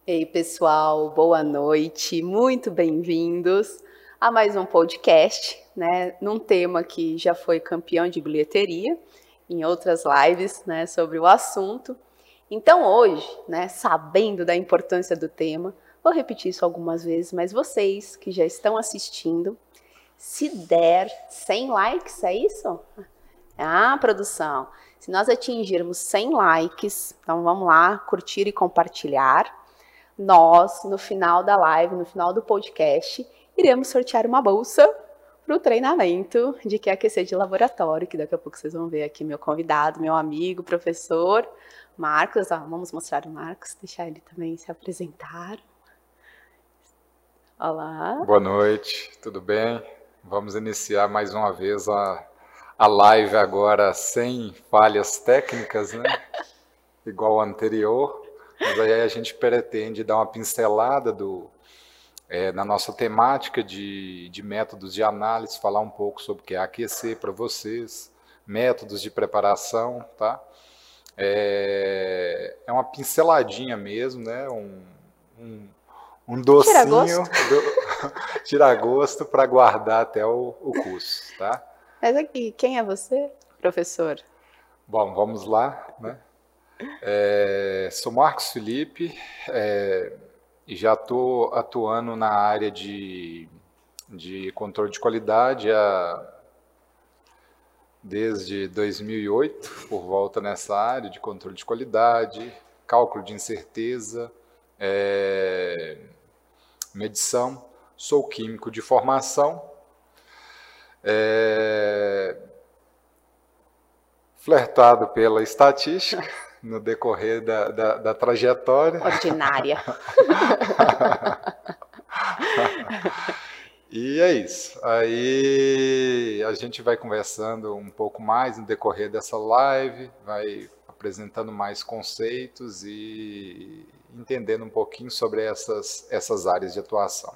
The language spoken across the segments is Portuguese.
Ei, pessoal, boa noite, muito bem-vindos a mais um podcast, né, num tema que já foi campeão de bilheteria em outras lives, né, sobre o assunto. Então hoje, né, sabendo da importância do tema, vou repetir isso algumas vezes, mas vocês que já estão assistindo, se der 100 likes, é isso? Ah, produção, se nós atingirmos 100 likes, então vamos lá, curtir e compartilhar. Nós, no final da live, no final do podcast, iremos sortear uma bolsa para o treinamento de QAQC de laboratório, que daqui a pouco vocês vão ver aqui meu convidado, meu amigo, professor Marcos. Vamos mostrar o Marcos, deixar ele também se apresentar. Olá. Boa noite, tudo bem? Vamos iniciar mais uma vez a live agora sem falhas técnicas, né? Igual o anterior. Mas aí a gente pretende dar uma pincelada na nossa temática de métodos de análise, falar um pouco sobre o que é aquecer para vocês, métodos de preparação, tá? É uma pinceladinha mesmo, né? Um docinho, tirar gosto para guardar até o curso, tá? Mas aqui, quem é você, professor? Bom, vamos lá, né? Sou Marcos Felipe e já estou atuando na área de controle de qualidade desde 2008, por volta nessa área de controle de qualidade, cálculo de incerteza, medição. Sou químico de formação, flertado pela estatística no decorrer da trajetória. Ordinária. E é isso. Aí a gente vai conversando um pouco mais no decorrer dessa live, vai apresentando mais conceitos e entendendo um pouquinho sobre essas áreas de atuação.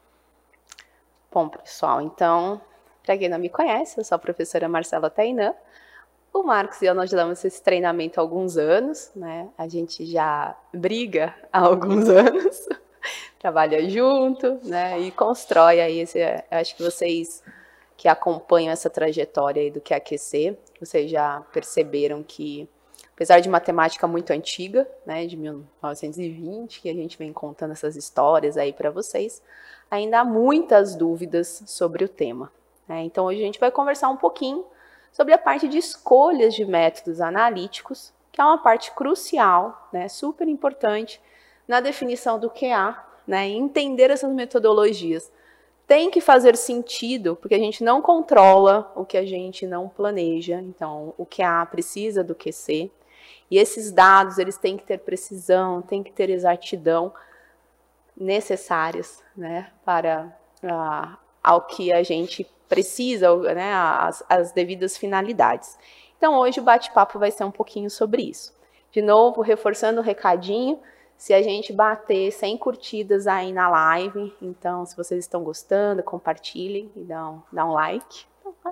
Bom, pessoal, então, para quem não me conhece, eu sou a professora Marcela Tainã. O Marcos e eu, nós damos esse treinamento há alguns anos, né? A gente já briga há alguns anos, trabalha junto, né? E constrói aí eu acho que vocês que acompanham essa trajetória aí do QAQC, vocês já perceberam que, apesar de matemática muito antiga, né, de 1920, que a gente vem contando essas histórias aí para vocês, ainda há muitas dúvidas sobre o tema, né? Então hoje a gente vai conversar um pouquinho sobre a parte de escolhas de métodos analíticos, que é uma parte crucial, né, super importante na definição do QA, né, e entender essas metodologias. Tem que fazer sentido, porque a gente não controla o que a gente não planeja. Então, o QA precisa do QC. E esses dados, eles têm que ter precisão, têm que ter exatidão necessárias, né, para ao que a gente precisa, né, as devidas finalidades. Então, hoje o bate-papo vai ser um pouquinho sobre isso. De novo, reforçando o recadinho, se a gente bater 100 curtidas aí na live, então, se vocês estão gostando, compartilhem e dá um like.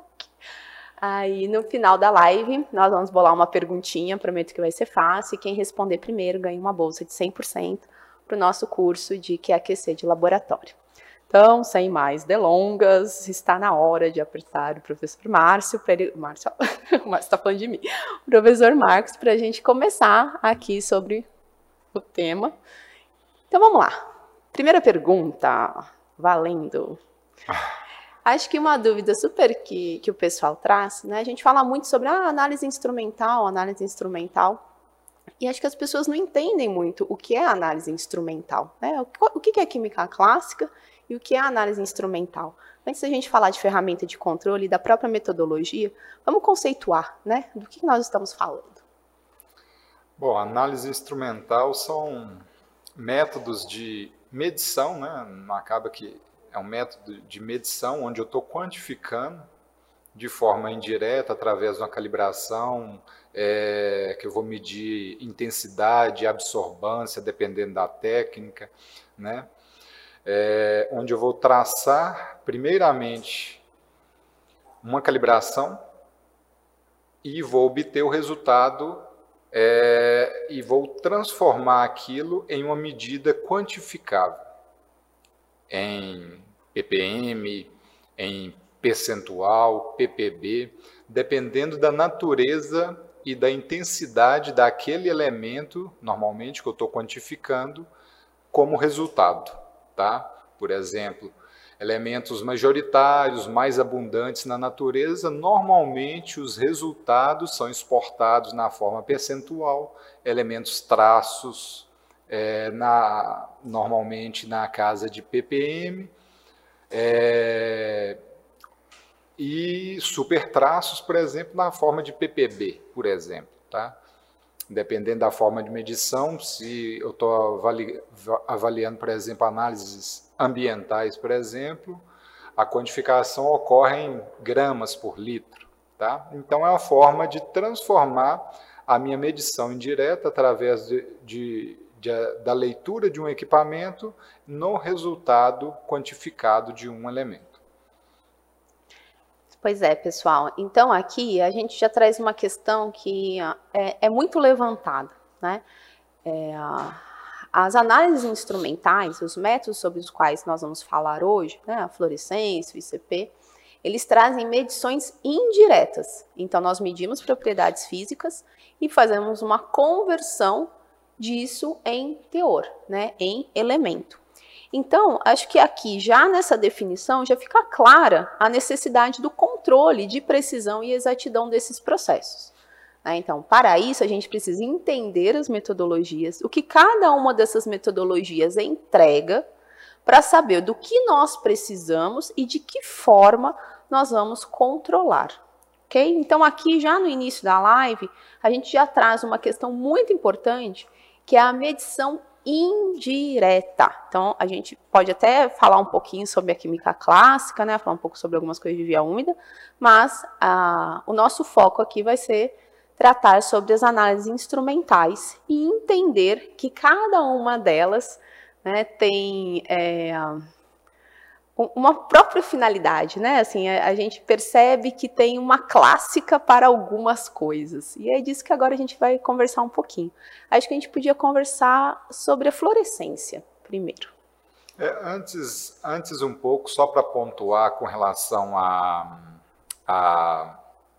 Aí, no final da live, nós vamos bolar uma perguntinha, prometo que vai ser fácil, e quem responder primeiro ganha uma bolsa de 100% para o nosso curso de QAQC de laboratório. Então, sem mais delongas, está na hora de apertar o professor Márcio, para ele... Márcio está falando de mim. O professor Marcos, para a gente começar aqui sobre o tema. Então, vamos lá. Primeira pergunta, valendo. Acho que uma dúvida super que o pessoal traz, né? A gente fala muito sobre análise instrumental, e acho que as pessoas não entendem muito o que é análise instrumental, né? O que é química clássica e o que é análise instrumental. Antes da gente falar de ferramenta de controle e da própria metodologia, vamos conceituar, né? Do que nós estamos falando. Bom, análise instrumental são métodos de medição, né? Acaba que é um método de medição onde eu estou quantificando de forma indireta, através de uma calibração, que eu vou medir intensidade, absorbância, dependendo da técnica, né? Onde eu vou traçar, primeiramente, uma calibração e vou obter o resultado e vou transformar aquilo em uma medida quantificável, em ppm, em percentual, ppb, dependendo da natureza e da intensidade daquele elemento, normalmente, que eu estou quantificando, como resultado. Tá? Por exemplo, elementos majoritários, mais abundantes na natureza, normalmente os resultados são exportados na forma percentual, elementos traços, normalmente na casa de ppm, e supertraços, por exemplo, na forma de ppb, por exemplo. Tá? Dependendo da forma de medição, se eu estou avaliando, por exemplo, análises ambientais, por exemplo, a quantificação ocorre em gramas por litro. Tá? Então, é uma forma de transformar a minha medição indireta através da leitura de um equipamento no resultado quantificado de um elemento. Pois é, pessoal. Então, aqui a gente já traz uma questão que é muito levantada, né? As análises instrumentais, os métodos sobre os quais nós vamos falar hoje, né, a fluorescência, o ICP, eles trazem medições indiretas. Então, nós medimos propriedades físicas e fazemos uma conversão disso em teor, né, em elemento. Então, acho que aqui, já nessa definição, já fica clara a necessidade do controle de precisão e exatidão desses processos. Então, para isso, a gente precisa entender as metodologias, o que cada uma dessas metodologias entrega, para saber do que nós precisamos e de que forma nós vamos controlar. Okay? Então, aqui, já no início da live, a gente já traz uma questão muito importante, que é a medição indireta. Então, a gente pode até falar um pouquinho sobre a química clássica, né? Falar um pouco sobre algumas coisas de via úmida, mas o nosso foco aqui vai ser tratar sobre as análises instrumentais e entender que cada uma delas, né, tem uma própria finalidade, né? Assim, a gente percebe que tem uma clássica para algumas coisas. E é disso que agora a gente vai conversar um pouquinho. Acho que a gente podia conversar sobre a fluorescência primeiro. Antes um pouco, só para pontuar com relação a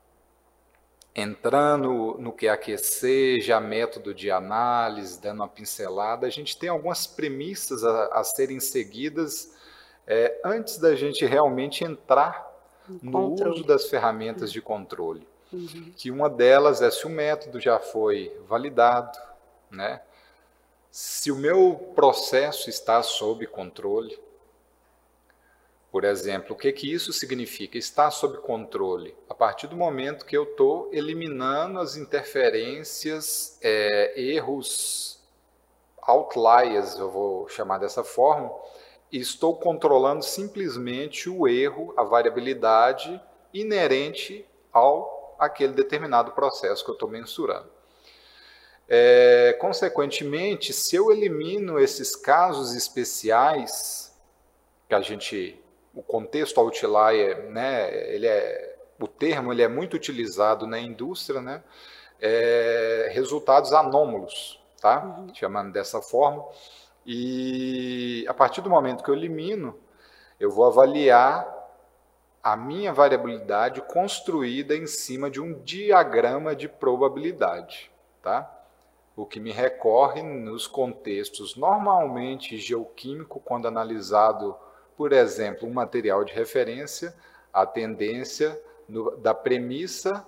entrando no QAQC, já método de análise, dando uma pincelada, a gente tem algumas premissas a serem seguidas antes da gente realmente entrar no uso das ferramentas de controle. Que uma delas é se o método já foi validado, né? Se o meu processo está sob controle. Por exemplo, o que isso significa? Estar sob controle. A partir do momento que eu estou eliminando as interferências, erros, outliers, eu vou chamar dessa forma, e estou controlando simplesmente o erro, a variabilidade inerente àquele determinado processo que eu estou mensurando. Consequentemente, se eu elimino esses casos especiais, que o contexto outlier, né, o termo ele é muito utilizado na indústria, né, resultados anômalos, tá? Chamando dessa forma. E a partir do momento que eu elimino, eu vou avaliar a minha variabilidade construída em cima de um diagrama de probabilidade, tá? O que me recorre nos contextos normalmente geoquímico, quando analisado, por exemplo, um material de referência, a tendência da premissa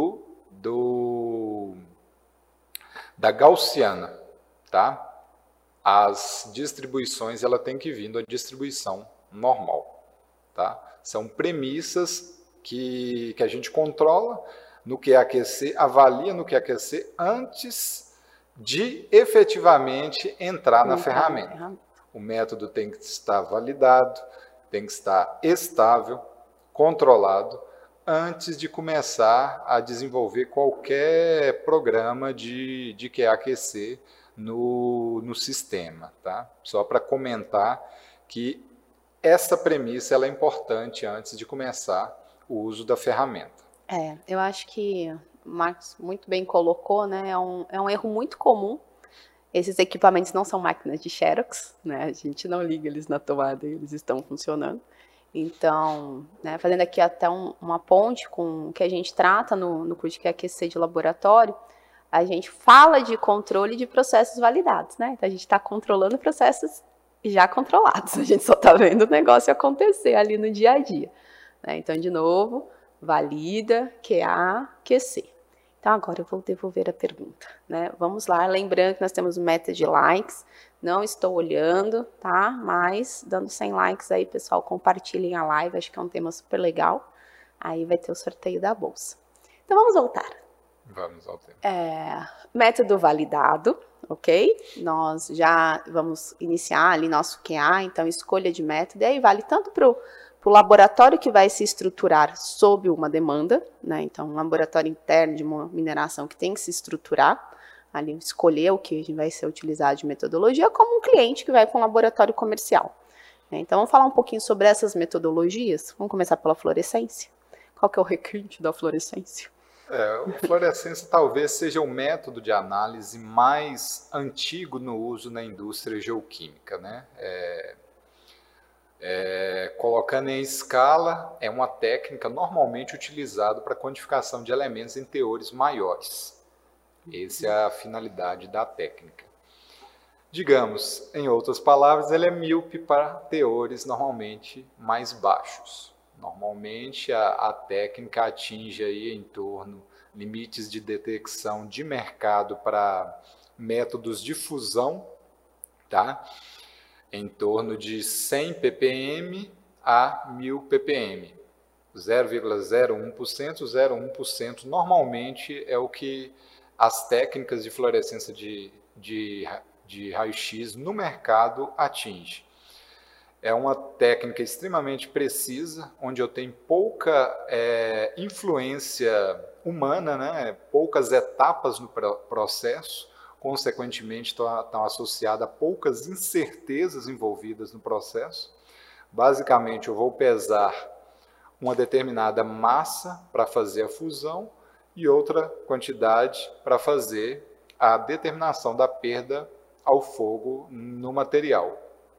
da gaussiana, tá? As distribuições ela tem que vir da distribuição normal. Tá? São premissas que a gente controla no QAQC, avalia no QAQC antes de efetivamente entrar na ferramenta. O método tem que estar validado, tem que estar estável, controlado, antes de começar a desenvolver qualquer programa de QAQC no sistema, tá? Só para comentar que essa premissa ela é importante antes de começar o uso da ferramenta. Eu acho que o Marcos muito bem colocou, né, é um erro muito comum. Esses equipamentos não são máquinas de Xerox, né, a gente não liga eles na tomada e eles estão funcionando. Então, né, fazendo aqui até uma ponte com o que a gente trata no curso que é aquecer de laboratório, a gente fala de controle de processos validados, né? Então, a gente está controlando processos já controlados, a gente só está vendo o negócio acontecer ali no dia a dia. Né? Então, de novo, valida, QA, QC. Então, agora eu vou devolver a pergunta. Né? Vamos lá, lembrando que nós temos meta de likes, não estou olhando, tá? Mas, dando 100 likes aí, pessoal, compartilhem a live, acho que é um tema super legal. Aí vai ter o sorteio da bolsa. Então, vamos voltar. Vamos ao tema. Método validado, ok? Nós já vamos iniciar ali nosso QA, então escolha de método, e aí vale tanto para o laboratório que vai se estruturar sob uma demanda, né? Então, um laboratório interno de uma mineração que tem que se estruturar, ali escolher o que vai ser utilizado de metodologia, como um cliente que vai com um laboratório comercial. Né? Então, vamos falar um pouquinho sobre essas metodologias. Vamos começar pela fluorescência. Qual que é o requinte da fluorescência? A fluorescência talvez seja o método de análise mais antigo no uso na indústria geoquímica, né? Colocando em escala, é uma técnica normalmente utilizada para quantificação de elementos em teores maiores. Essa é a finalidade da técnica. Digamos, em outras palavras, ela é míope para teores normalmente mais baixos. Normalmente a técnica atinge aí em torno limites de detecção de mercado para métodos de fusão, tá? Em torno de 100 ppm a 1000 ppm. 0,01%, 0,1% normalmente é o que as técnicas de fluorescência de raio-x no mercado atingem. É uma técnica extremamente precisa, onde eu tenho pouca influência humana, né? Poucas etapas no processo, consequentemente estão associadas a poucas incertezas envolvidas no processo. Basicamente, eu vou pesar uma determinada massa para fazer a fusão e outra quantidade para fazer a determinação da perda ao fogo no material.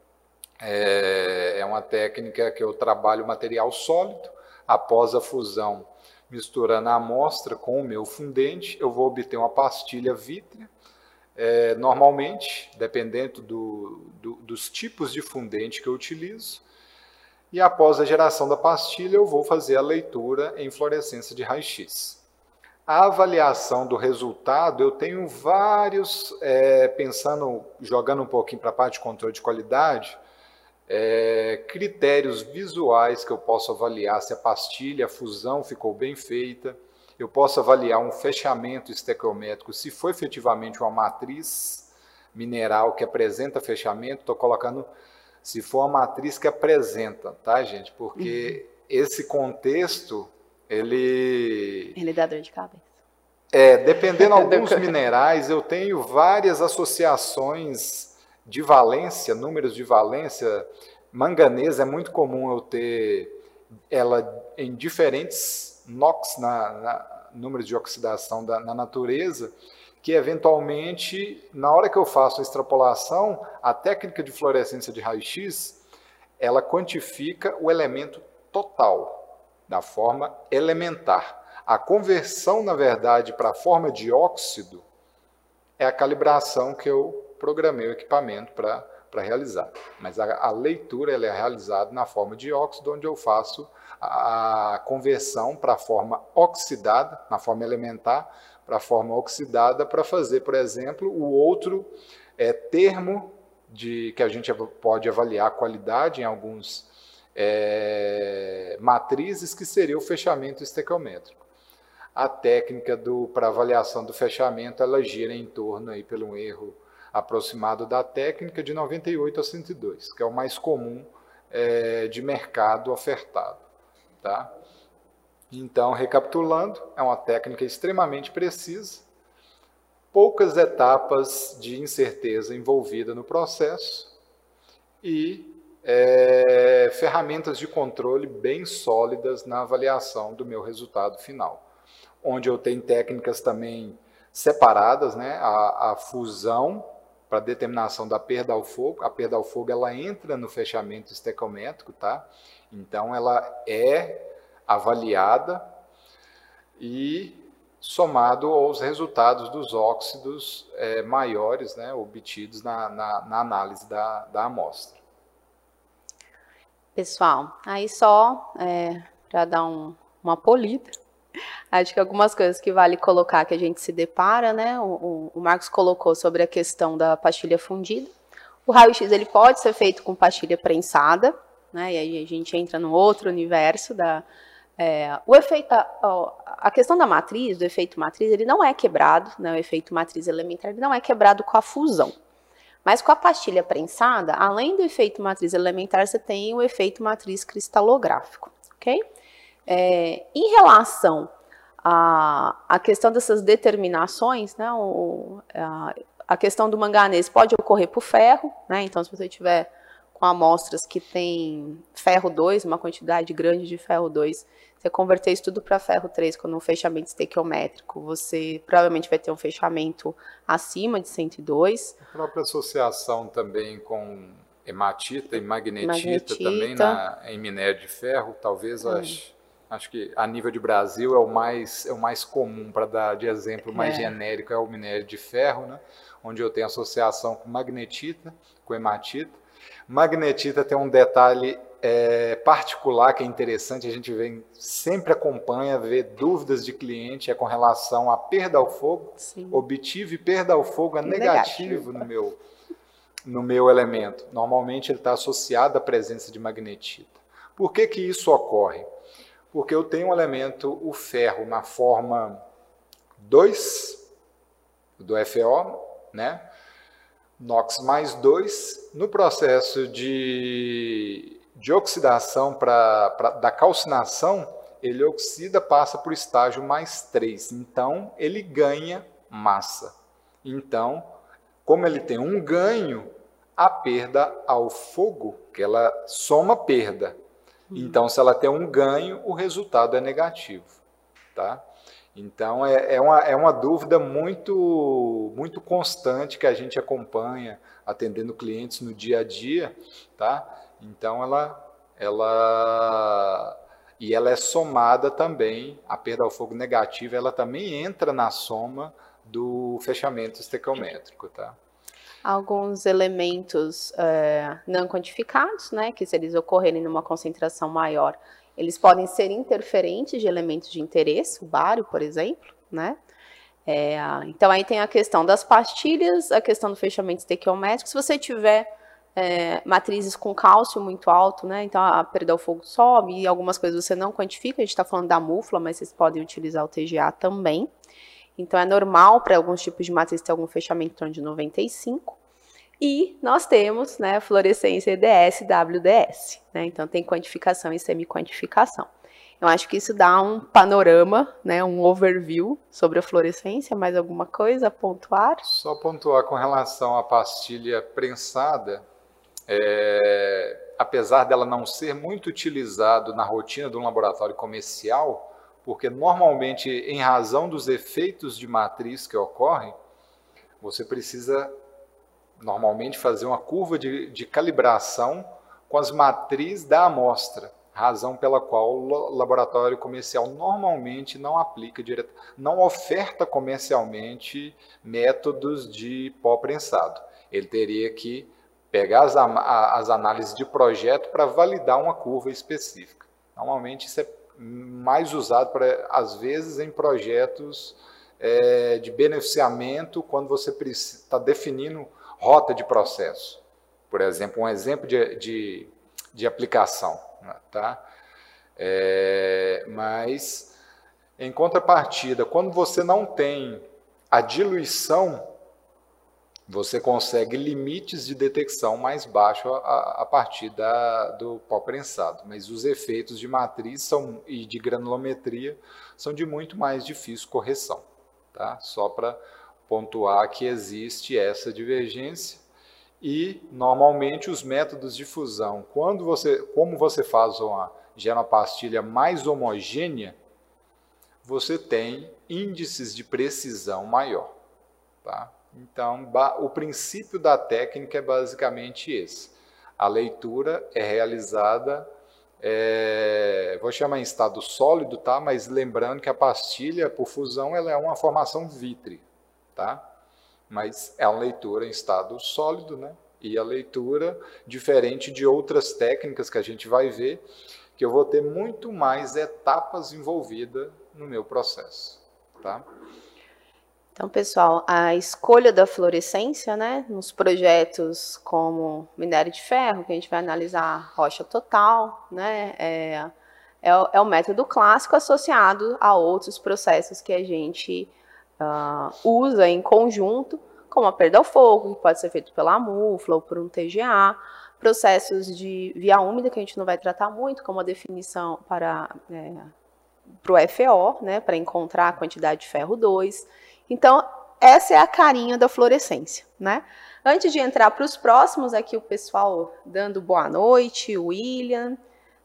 É uma técnica que eu trabalho material sólido, após a fusão, misturando a amostra com o meu fundente, eu vou obter uma pastilha vítrea, normalmente, dependendo dos tipos de fundente que eu utilizo, e após a geração da pastilha, eu vou fazer a leitura em fluorescência de raio-x. A avaliação do resultado, eu tenho vários, jogando um pouquinho para a parte de controle de qualidade, critérios visuais que eu posso avaliar se a pastilha, a fusão ficou bem feita. Eu posso avaliar um fechamento estequiométrico, se for efetivamente uma matriz mineral que apresenta fechamento. Estou colocando se for uma matriz que apresenta, tá, gente? Porque esse contexto, ele dá dor de cabeça. Dependendo de alguns minerais, eu tenho várias associações de valência, números de valência. Manganês é muito comum eu ter ela em diferentes NOx, números de oxidação na natureza, que eventualmente, na hora que eu faço a extrapolação, a técnica de fluorescência de raio-x, ela quantifica o elemento total, da forma elementar. A conversão, na verdade, para a forma de óxido é a calibração que eu programei o equipamento para realizar. Mas a leitura ela é realizada na forma de óxido, onde eu faço a conversão para a forma oxidada, na forma elementar, para a forma oxidada, para fazer, por exemplo, o outro termo que a gente pode avaliar a qualidade em alguns matrizes, que seria o fechamento estequiométrico. A técnica para avaliação do fechamento, ela gira em torno, aí, pelo erro aproximado da técnica, de 98 a 102, que é o mais comum de mercado ofertado. Tá? Então, recapitulando, é uma técnica extremamente precisa, poucas etapas de incerteza envolvida no processo e ferramentas de controle bem sólidas na avaliação do meu resultado final. onde eu tenho técnicas também separadas, né? A fusão para determinação da perda ao fogo. A perda ao fogo ela entra no fechamento estequiométrico, tá? Então ela é avaliada e somado aos resultados dos óxidos maiores, né, obtidos na análise da amostra. Pessoal, aí só para dar uma polida, acho que algumas coisas que vale colocar que a gente se depara, né? O Marcos colocou sobre a questão da pastilha fundida. O raio-x ele pode ser feito com pastilha prensada, né? E aí a gente entra no outro universo o efeito, a questão da matriz, do efeito matriz, ele não é quebrado, né? O efeito matriz elementar ele não é quebrado com a fusão. Mas com a pastilha prensada, além do efeito matriz elementar, você tem o efeito matriz cristalográfico, ok? Em relação à questão dessas determinações, né, a questão do manganês pode ocorrer por ferro, né? Então se você tiver com amostras que tem ferro 2, uma quantidade grande de ferro 2, você converter isso tudo para ferro 3 com um fechamento estequiométrico, você provavelmente vai ter um fechamento acima de 102. A própria associação também com hematita e magnetita. Também em minério de ferro, talvez, acho que a nível de Brasil é o mais comum, para dar de exemplo mais genérico, é o minério de ferro, né? Onde eu tenho associação com magnetita, com hematita. Magnetita tem um detalhe particular que é interessante, a gente sempre acompanha, vê dúvidas de cliente, com relação à perda ao fogo. Sim. Obtive perda ao fogo negativo no meu elemento. Normalmente ele está associado à presença de magnetita. Por que isso ocorre? Porque eu tenho um elemento, o ferro, na forma 2 do FO, né? NOx mais 2, no processo de oxidação da calcinação, ele oxida, passa para o estágio mais 3, então ele ganha massa. Então, como ele tem um ganho, a perda ao fogo, que ela soma perda. Então, se ela tem um ganho, o resultado é negativo, tá? Então, é uma dúvida muito, muito constante que a gente acompanha atendendo clientes no dia a dia, tá? Então, ela é somada também, a perda ao fogo negativa, ela também entra na soma do fechamento estequiométrico, tá? Alguns elementos não quantificados, né, que se eles ocorrerem numa concentração maior, eles podem ser interferentes de elementos de interesse, o bário, por exemplo, né? Então, aí tem a questão das pastilhas, a questão do fechamento estequiométrico. Se você tiver matrizes com cálcio muito alto, né? Então, a perda ao fogo sobe e algumas coisas você não quantifica. A gente está falando da mufla, mas vocês podem utilizar o TGA também. Então, é normal para alguns tipos de matriz ter algum fechamento em torno de 95. E nós temos, né, fluorescência EDS e WDS, né? Então tem quantificação e semi-quantificação. Eu acho que isso dá um panorama, né, um overview sobre a fluorescência. Mais alguma coisa a pontuar? Só pontuar com relação à pastilha prensada, apesar dela não ser muito utilizada na rotina de um laboratório comercial, porque normalmente, em razão dos efeitos de matriz que ocorrem, você precisa normalmente fazer uma curva de calibração com as matrizes da amostra, razão pela qual o laboratório comercial normalmente não aplica não oferta comercialmente métodos de pó prensado. Ele teria que pegar as análises de projeto para validar uma curva específica. Normalmente isso é mais usado, às vezes, em projetos de beneficiamento, quando você está definindo rota de processo. Por exemplo, um exemplo de aplicação. Tá? Mas, em contrapartida, quando você não tem a diluição, você consegue limites de detecção mais baixos a partir do pó prensado. Mas os efeitos de matriz e de granulometria são de muito mais difícil correção. Tá? Só para pontuar que existe essa divergência. E, normalmente, os métodos de fusão, como você faz gera uma pastilha mais homogênea, você tem índices de precisão maior. Tá? Então, o princípio da técnica é basicamente esse. A leitura é realizada, vou chamar em estado sólido, tá? Mas lembrando que a pastilha, por fusão, ela é uma formação vítrea. Tá? Mas é uma leitura em estado sólido, né? E a leitura, diferente de outras técnicas que a gente vai ver, que eu vou ter muito mais etapas envolvidas no meu processo. Tá? Então, pessoal, a escolha da fluorescência, né, nos projetos como minério de ferro, que a gente vai analisar rocha total, né, é o método clássico associado a outros processos que a gente usa em conjunto, como a perda ao fogo, que pode ser feito pela mufla ou por um TGA, processos de via úmida, que a gente não vai tratar muito, como a definição para o FO, né, para encontrar a quantidade de ferro 2. Então, essa é a carinha da fluorescência, né? Antes de entrar para os próximos, aqui o pessoal dando boa noite, William,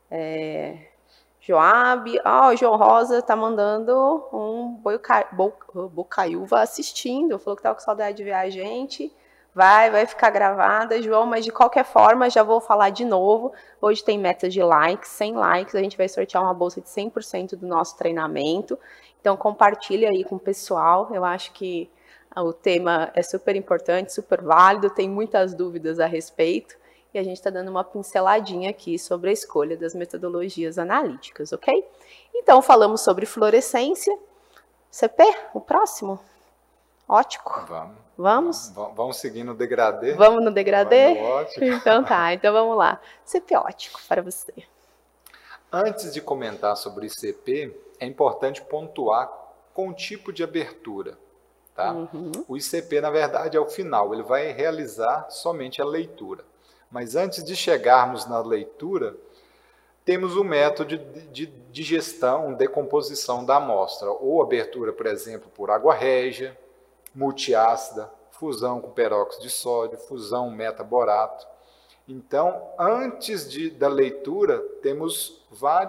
Joab, o João Rosa está mandando um Bocaiúva assistindo, falou que estava com saudade de ver a gente, vai ficar gravada, João, mas de qualquer forma, já vou falar de novo, hoje tem meta de likes, 100 likes, a gente vai sortear uma bolsa de 100% do nosso treinamento, então compartilha aí com o pessoal, eu acho que o tema é super importante, super válido, tem muitas dúvidas a respeito, e a gente está dando uma pinceladinha aqui sobre a escolha das metodologias analíticas, ok? Então, falamos sobre fluorescência. CP, o próximo? Ótico. Vamos? Vamos seguir no degradê? Vamos no degradê? Então tá, então vamos lá. CP ótico para você. Antes de comentar sobre ICP, é importante pontuar com o tipo de abertura. Tá? O ICP, na verdade, é o final, ele vai realizar somente a leitura. Mas antes de chegarmos na leitura, temos o método de digestão, decomposição da amostra, ou abertura, por exemplo, por água régia, multiácida, fusão com peróxido de sódio, fusão metaborato. Então, antes da leitura, temos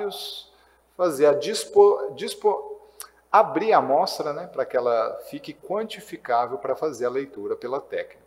abrir a amostra, né, para que ela fique quantificável para fazer a leitura pela técnica.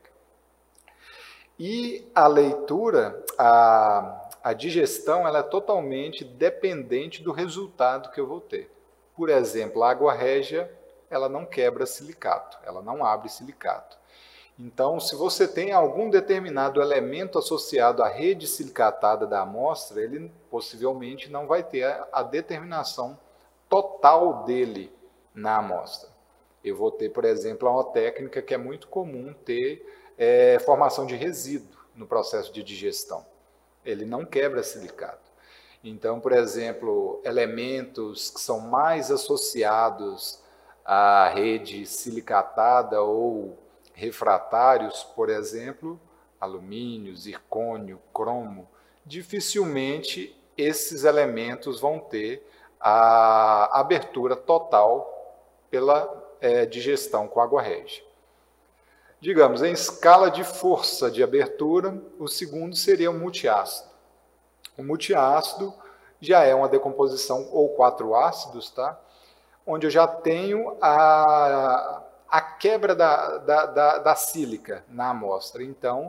E a leitura, a digestão, ela é totalmente dependente do resultado que eu vou ter. Por exemplo, a água régia, ela não quebra silicato, ela não abre silicato. Então, se você tem algum determinado elemento associado à rede silicatada da amostra, ele possivelmente não vai ter a determinação total dele na amostra. Eu vou ter, por exemplo, uma técnica que é muito comum ter formação de resíduo no processo de digestão. Ele não quebra silicato. Então, por exemplo, elementos que são mais associados à rede silicatada ou refratários, por exemplo, alumínio, zircônio, cromo, dificilmente esses elementos vão ter a abertura total pela digestão com água régia. Digamos, em escala de força de abertura, o segundo seria o multiácido. O multiácido já é uma decomposição, ou 4 ácidos, tá? Onde eu já tenho a quebra da sílica na amostra. Então,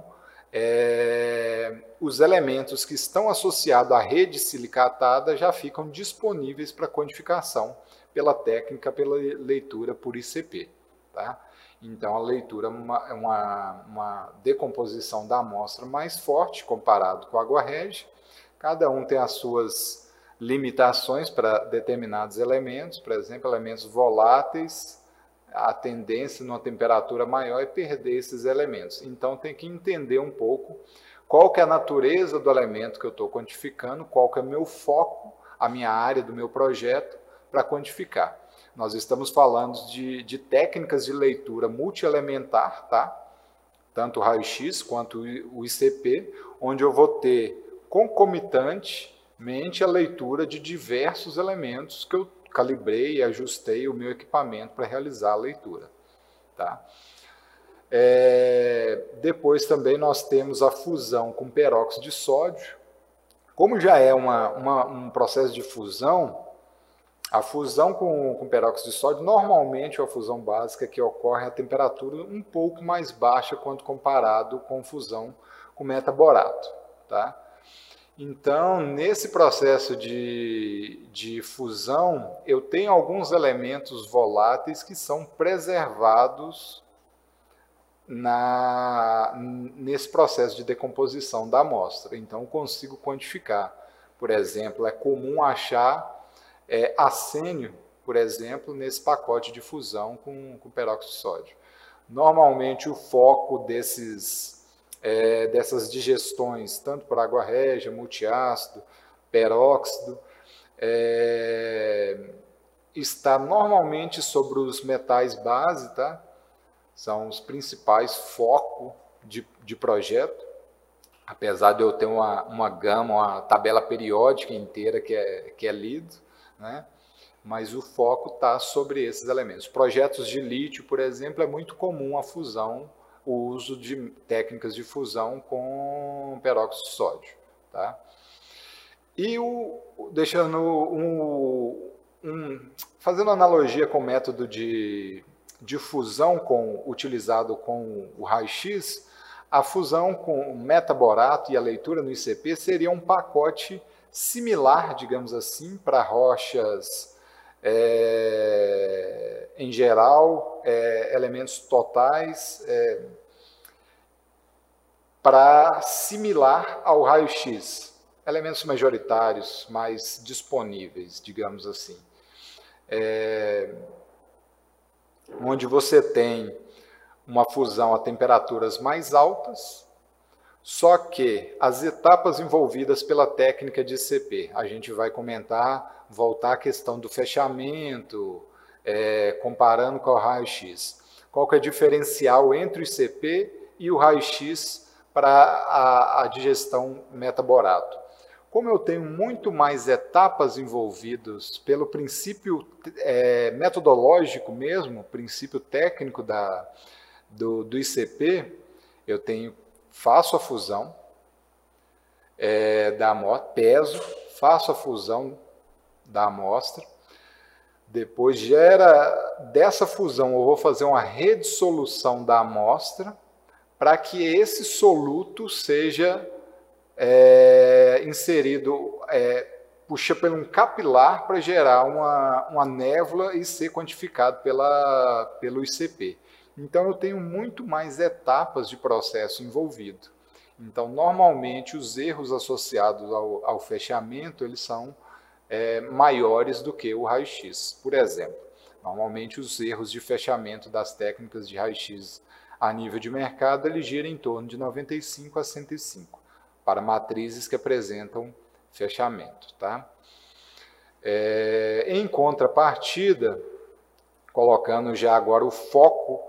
os elementos que estão associados à rede silicatada já ficam disponíveis para quantificação pela técnica, pela leitura por ICP. Tá? Então, a leitura é uma decomposição da amostra mais forte comparado com a água régia. Cada um tem as suas limitações para determinados elementos, por exemplo, elementos voláteis, a tendência numa temperatura maior é perder esses elementos. Então, tem que entender um pouco qual que é a natureza do elemento que eu estou quantificando, qual que é o meu foco, a minha área do meu projeto para quantificar. Nós estamos falando de técnicas de leitura multielementar, tá? Tanto o raio-x quanto o ICP, onde eu vou ter concomitantemente a leitura de diversos elementos que eu calibrei e ajustei o meu equipamento para realizar a leitura. Tá? Depois também nós temos a fusão com peróxido de sódio. Como já é um processo de fusão, A fusão com peróxido de sódio, normalmente a fusão básica que ocorre a temperatura um pouco mais baixa quando comparado com fusão com metaborato, tá? Então, nesse processo de fusão, eu tenho alguns elementos voláteis que são preservados nesse processo de decomposição da amostra. Então, eu consigo quantificar. Por exemplo, é comum achar arsênio, por exemplo, nesse pacote de fusão com peróxido de sódio. Normalmente, o foco dessas digestões, tanto por água régia, multiácido, peróxido, está normalmente sobre os metais base, tá? São os principais focos de projeto, apesar de eu ter uma gama, uma tabela periódica inteira que é lido, né? Mas o foco está sobre esses elementos. Projetos de lítio, por exemplo, é muito comum a fusão, o uso de técnicas de fusão com peróxido de sódio, tá? E fazendo analogia com o método de fusão utilizado com o raio-x, a fusão com o metaborato e a leitura no ICP seria um pacote similar, digamos assim, para rochas em geral, elementos totais, para similar ao raio-x, elementos majoritários mais disponíveis, digamos assim. Onde você tem uma fusão a temperaturas mais altas, só que as etapas envolvidas pela técnica de ICP, a gente vai voltar à questão do fechamento, comparando com o raio-x. Qual que é o diferencial entre o ICP e o raio-x para a digestão metaborato? Como eu tenho muito mais etapas envolvidas pelo princípio metodológico mesmo, princípio técnico do ICP, eu faço a fusão da amostra, peso, faço a fusão da amostra, depois dessa fusão eu vou fazer uma redissolução da amostra para que esse soluto seja inserido, puxa por um capilar para gerar uma névoa e ser quantificado pelo ICP. Então, eu tenho muito mais etapas de processo envolvido. Então, normalmente, os erros associados ao fechamento, eles são maiores do que o raio-x. Por exemplo, normalmente, os erros de fechamento das técnicas de raio-x a nível de mercado, ele gira em torno de 95 a 105, para matrizes que apresentam fechamento. Tá? Em contrapartida, colocando já agora o foco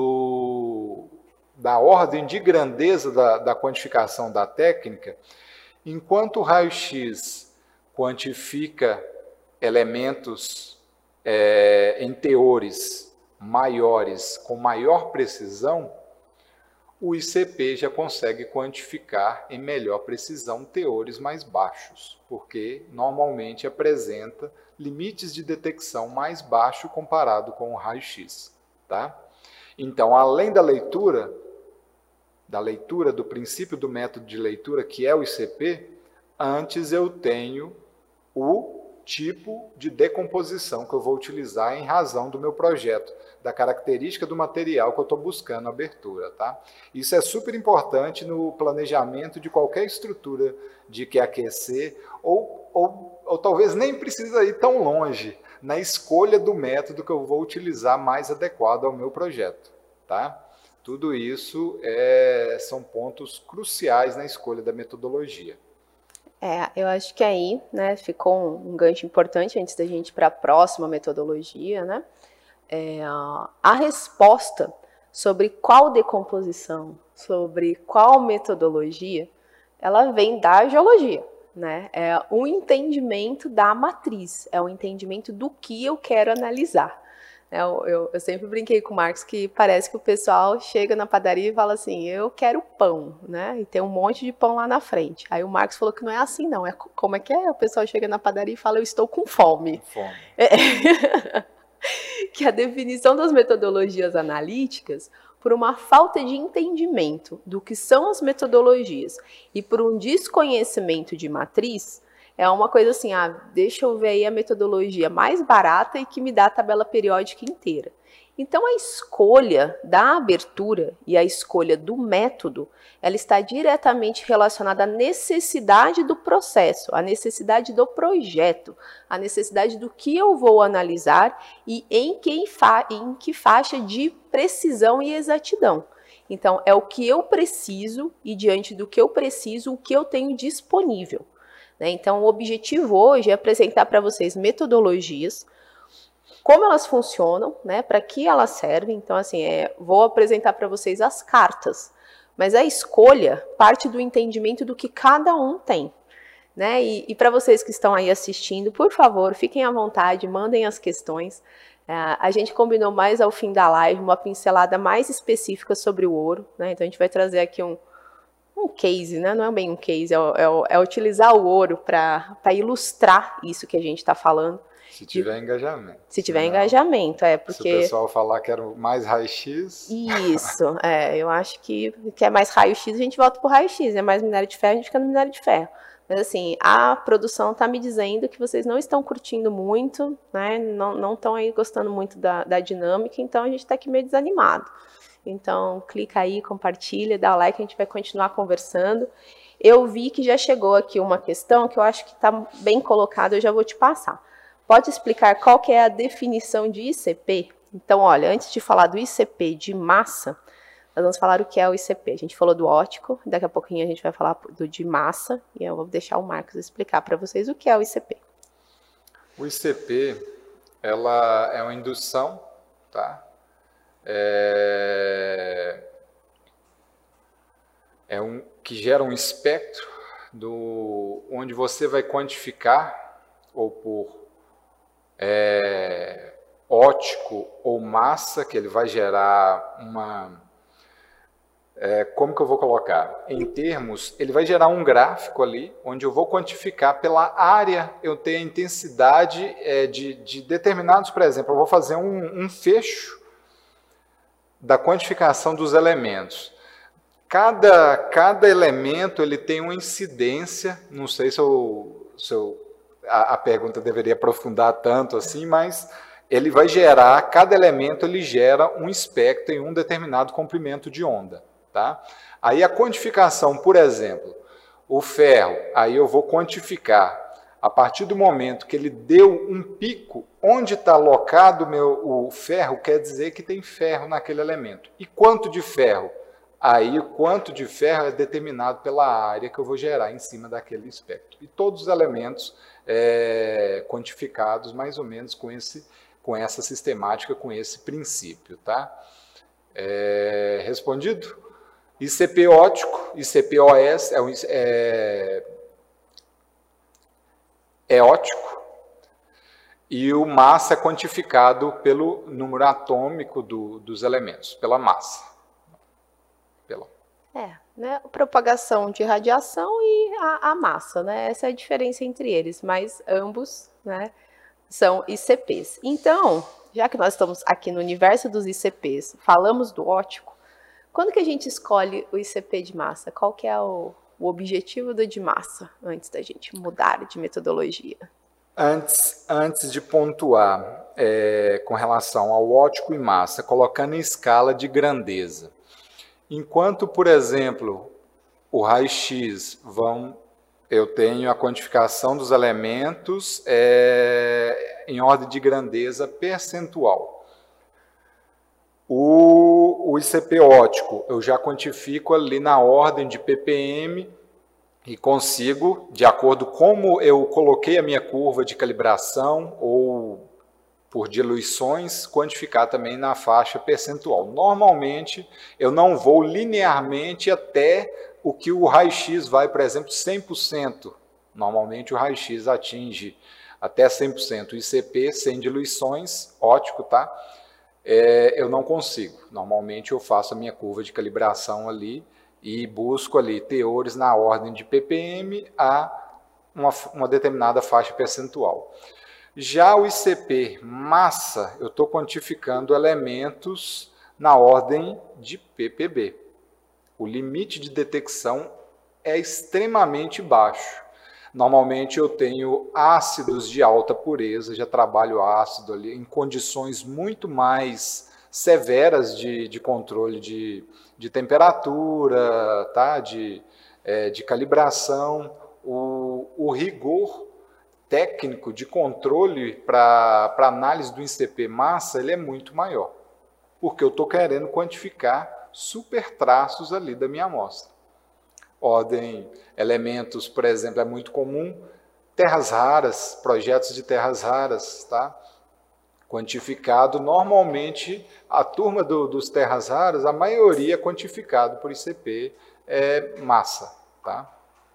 da ordem de grandeza da quantificação da técnica, enquanto o raio-x quantifica elementos em teores maiores com maior precisão, o ICP já consegue quantificar em melhor precisão teores mais baixos, porque normalmente apresenta limites de detecção mais baixo comparado com o raio-x. Tá? Então, além da leitura do princípio do método de leitura, que é o ICP, antes eu tenho o tipo de decomposição que eu vou utilizar em razão do meu projeto, da característica do material que eu estou buscando abertura. Tá? Isso é super importante no planejamento de qualquer estrutura de QAQC, ou talvez nem precisa ir tão longe na escolha do método que eu vou utilizar mais adequado ao meu projeto. Tá? Tudo isso são pontos cruciais na escolha da metodologia. Eu acho que aí, né, ficou um gancho importante antes da gente ir para a próxima metodologia, né? A resposta sobre qual decomposição, sobre qual metodologia, ela vem da geologia, né? É o entendimento da matriz, é o entendimento do que eu quero analisar, Eu sempre brinquei com o Marcos que parece que o pessoal chega na padaria e fala assim, eu quero pão, né? E tem um monte de pão lá na frente. Aí o Marcos falou que não é assim, não. Como é que é? O pessoal chega na padaria e fala, eu estou com fome. Fome. Que a definição das metodologias analíticas, por uma falta de entendimento do que são as metodologias e por um desconhecimento de matriz, é uma coisa assim, deixa eu ver aí a metodologia mais barata e que me dá a tabela periódica inteira. Então, a escolha da abertura e a escolha do método, ela está diretamente relacionada à necessidade do processo, à necessidade do projeto, à necessidade do que eu vou analisar e em que faixa de precisão e exatidão. Então, é o que eu preciso e diante do que eu preciso, o que eu tenho disponível. Então, o objetivo hoje é apresentar para vocês metodologias, como elas funcionam, né, para que elas servem. Então, assim, vou apresentar para vocês as cartas, mas a escolha parte do entendimento do que cada um tem. Né? E para vocês que estão aí assistindo, por favor, fiquem à vontade, mandem as questões. A gente combinou mais ao fim da live uma pincelada mais específica sobre o ouro, né? Então, a gente vai trazer aqui um case, né? Não é bem um case, é utilizar o ouro para ilustrar isso que a gente está falando. Se tiver engajamento. Se tiver engajamento, porque... Se o pessoal falar que era mais raio-x... Isso, eu acho que é mais raio-x, a gente volta para o raio-x, é mais minério de ferro, a gente fica no minério de ferro. Mas assim, a produção está me dizendo que vocês não estão curtindo muito, né? Não estão aí gostando muito da dinâmica, então a gente está aqui meio desanimado. Então, clica aí, compartilha, dá o like, a gente vai continuar conversando. Eu vi que já chegou aqui uma questão que eu acho que está bem colocada, eu já vou te passar. Pode explicar qual que é a definição de ICP? Então, olha, antes de falar do ICP de massa, nós vamos falar o que é o ICP. A gente falou do óptico, daqui a pouquinho a gente vai falar do de massa, e eu vou deixar o Marcos explicar para vocês o que é o ICP. O ICP, ela é uma indução, tá? Que gera um espectro onde você vai quantificar, ou por óptico ou massa, que ele vai gerar uma... como que eu vou colocar? Em termos, ele vai gerar um gráfico ali, onde eu vou quantificar pela área, eu tenho a intensidade de determinados, por exemplo, eu vou fazer um fecho da quantificação dos elementos. Cada elemento ele tem uma incidência, não sei se a pergunta deveria aprofundar tanto assim, mas ele vai gerar, cada elemento ele gera um espectro em um determinado comprimento de onda. Tá? Aí a quantificação, por exemplo, o ferro, aí eu vou quantificar a partir do momento que ele deu um pico, onde está alocado o ferro, quer dizer que tem ferro naquele elemento. E quanto de ferro? Aí o quanto de ferro é determinado pela área que eu vou gerar em cima daquele espectro. E todos os elementos quantificados mais ou menos com essa sistemática, com esse princípio. Tá? Respondido? ICP óptico, ICP-OS é óptico, e o massa é quantificado pelo número atômico dos elementos, pela massa. Né? Propagação de radiação e a massa, né? Essa é a diferença entre eles, mas ambos, né, são ICPs. Então, já que nós estamos aqui no universo dos ICPs, falamos do óptico, quando que a gente escolhe o ICP de massa? Qual que é o objetivo do de massa, antes da gente mudar de metodologia? Antes de pontuar com relação ao óptico e massa, colocando em escala de grandeza. Enquanto, por exemplo, o raio-x eu tenho a quantificação dos elementos em ordem de grandeza percentual. O ICP óptico eu já quantifico ali na ordem de ppm e consigo, de acordo com como eu coloquei a minha curva de calibração ou por diluições, quantificar também na faixa percentual. Normalmente, eu não vou linearmente até o que o raio-x vai, por exemplo, 100%. Normalmente, o raio-x atinge até 100%. O ICP, sem diluições, óptico, tá? eu não consigo. Normalmente eu faço a minha curva de calibração ali e busco ali teores na ordem de ppm a uma determinada faixa percentual. Já o ICP massa, eu estou quantificando elementos na ordem de ppb. O limite de detecção é extremamente baixo. Normalmente eu tenho ácidos de alta pureza, já trabalho ácido ali em condições muito mais severas de controle de temperatura, tá? de calibração. O rigor técnico de controle para análise do ICP massa ele é muito maior, porque eu estou querendo quantificar super traços ali da minha amostra. Ordem, elementos, por exemplo, é muito comum, terras raras, projetos de terras raras, tá? Quantificado, normalmente, a turma dos terras raras, a maioria é quantificado por ICP massa, tá?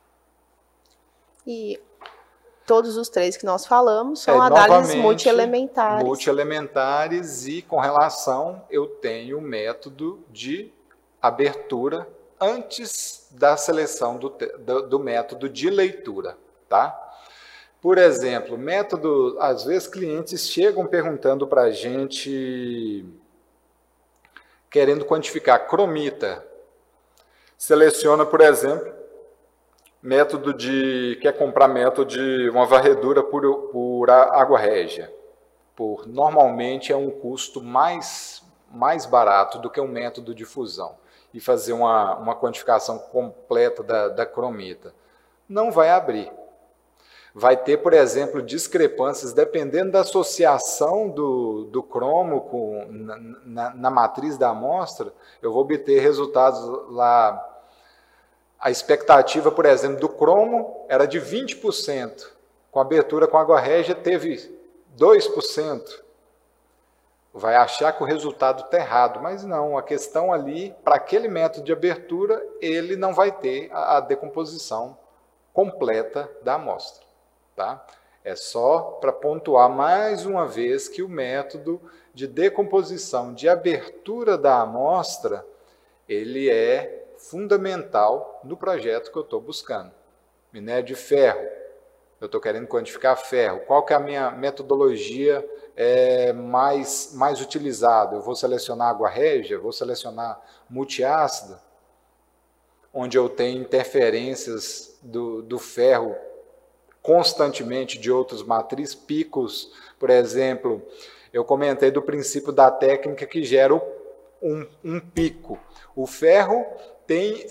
E todos os três que nós falamos são análises multielementares. Multielementares e, com relação, eu tenho o método de abertura antes da seleção do método de leitura, tá? Por exemplo, método, às vezes clientes chegam perguntando para a gente, querendo quantificar cromita. Seleciona, por exemplo, quer comprar método de uma varredura por água régia. Normalmente é um custo mais barato do que um método de fusão. E fazer uma quantificação completa da cromita. Não vai abrir. Vai ter, por exemplo, discrepâncias, dependendo da associação do cromo na matriz da amostra, eu vou obter resultados lá. A expectativa, por exemplo, do cromo era de 20%. Com abertura com água régia teve 2%. Vai achar que o resultado está errado, mas não, a questão ali, para aquele método de abertura, ele não vai ter a decomposição completa da amostra. Tá? É só para pontuar mais uma vez que o método de decomposição de abertura da amostra, ele é fundamental no projeto que eu estou buscando. Minério de ferro, eu estou querendo quantificar ferro. Qual que é a minha metodologia mais utilizada? Eu vou selecionar água régia, vou selecionar multiácida, onde eu tenho interferências do ferro constantemente de outras matrizes, picos, por exemplo, eu comentei do princípio da técnica que gera um pico. O ferro tem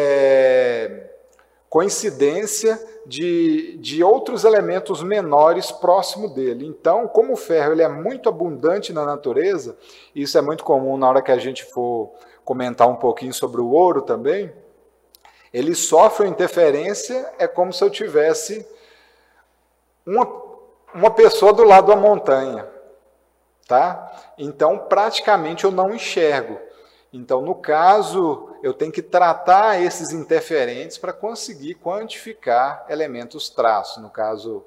coincidência de outros elementos menores próximo dele. Então, como o ferro ele é muito abundante na natureza, isso é muito comum na hora que a gente for comentar um pouquinho sobre o ouro também, ele sofre uma interferência, é como se eu tivesse uma pessoa do lado da montanha. Tá? Então, praticamente eu não enxergo. Então, no caso, eu tenho que tratar esses interferentes para conseguir quantificar elementos traços. No caso,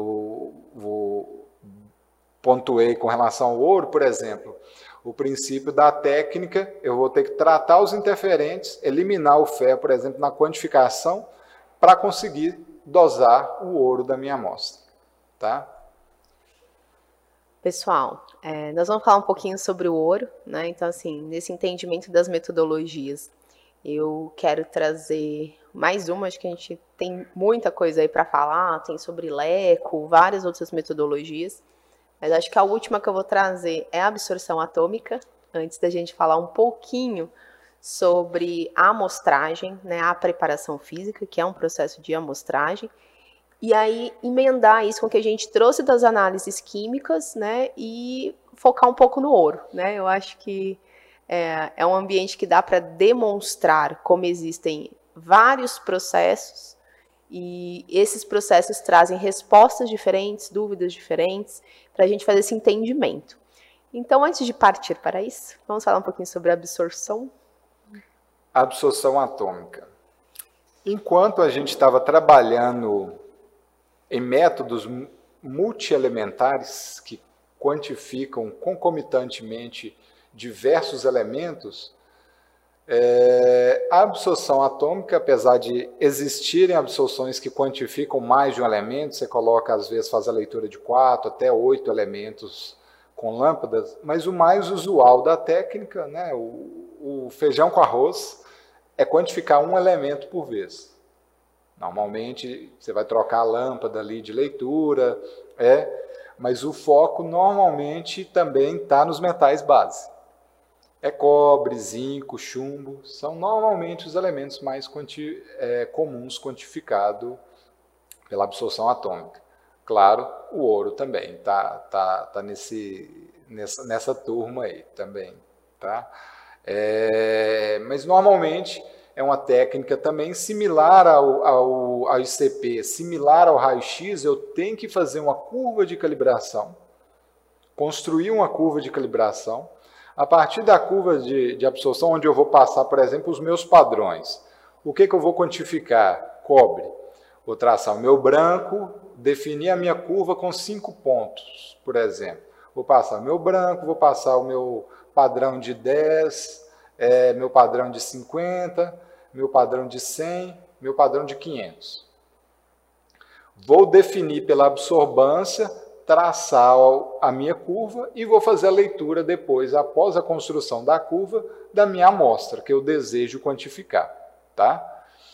pontuei com relação ao ouro, por exemplo. O princípio da técnica, eu vou ter que tratar os interferentes, eliminar o ferro, por exemplo, na quantificação, para conseguir dosar o ouro da minha amostra. Tá? Pessoal, nós vamos falar um pouquinho sobre o ouro, né? Então, assim, nesse entendimento das metodologias, eu quero trazer mais uma, acho que a gente tem muita coisa aí para falar, tem sobre LECO, várias outras metodologias, mas acho que a última que eu vou trazer é a absorção atômica, antes da gente falar um pouquinho sobre a amostragem, né? A preparação física, que é um processo de amostragem, e aí emendar isso com o que a gente trouxe das análises químicas, né, e focar um pouco no ouro, né? Eu acho que é um ambiente que dá para demonstrar como existem vários processos e esses processos trazem respostas diferentes, dúvidas diferentes, para a gente fazer esse entendimento. Então, antes de partir para isso, vamos falar um pouquinho sobre a absorção. Absorção atômica. Enquanto a gente estava trabalhando em métodos multielementares, que quantificam concomitantemente diversos elementos, a absorção atômica, apesar de existirem absorções que quantificam mais de um elemento, você coloca, às vezes, faz a leitura de 4 até 8 elementos com lâmpadas, mas o mais usual da técnica, né, o feijão com arroz, é quantificar um elemento por vez. Normalmente, você vai trocar a lâmpada ali de leitura, mas o foco normalmente também está nos metais base. Cobre, zinco, chumbo, são normalmente os elementos mais comuns quantificados pela absorção atômica. Claro, o ouro também tá nessa turma aí também, tá? Mas normalmente é uma técnica também similar ao ICP, similar ao raio-x. Eu tenho que fazer uma curva de calibração, construir uma curva de calibração. A partir da curva de absorção, onde eu vou passar, por exemplo, os meus padrões. O que eu vou quantificar? Cobre. Vou traçar o meu branco, definir a minha curva com 5 pontos, por exemplo. Vou passar o meu branco, vou passar o meu padrão de 10, meu padrão de 50, meu padrão de 100, meu padrão de 500. Vou definir pela absorbância, traçar a minha curva e vou fazer a leitura depois, após a construção da curva, da minha amostra, que eu desejo quantificar. Tá?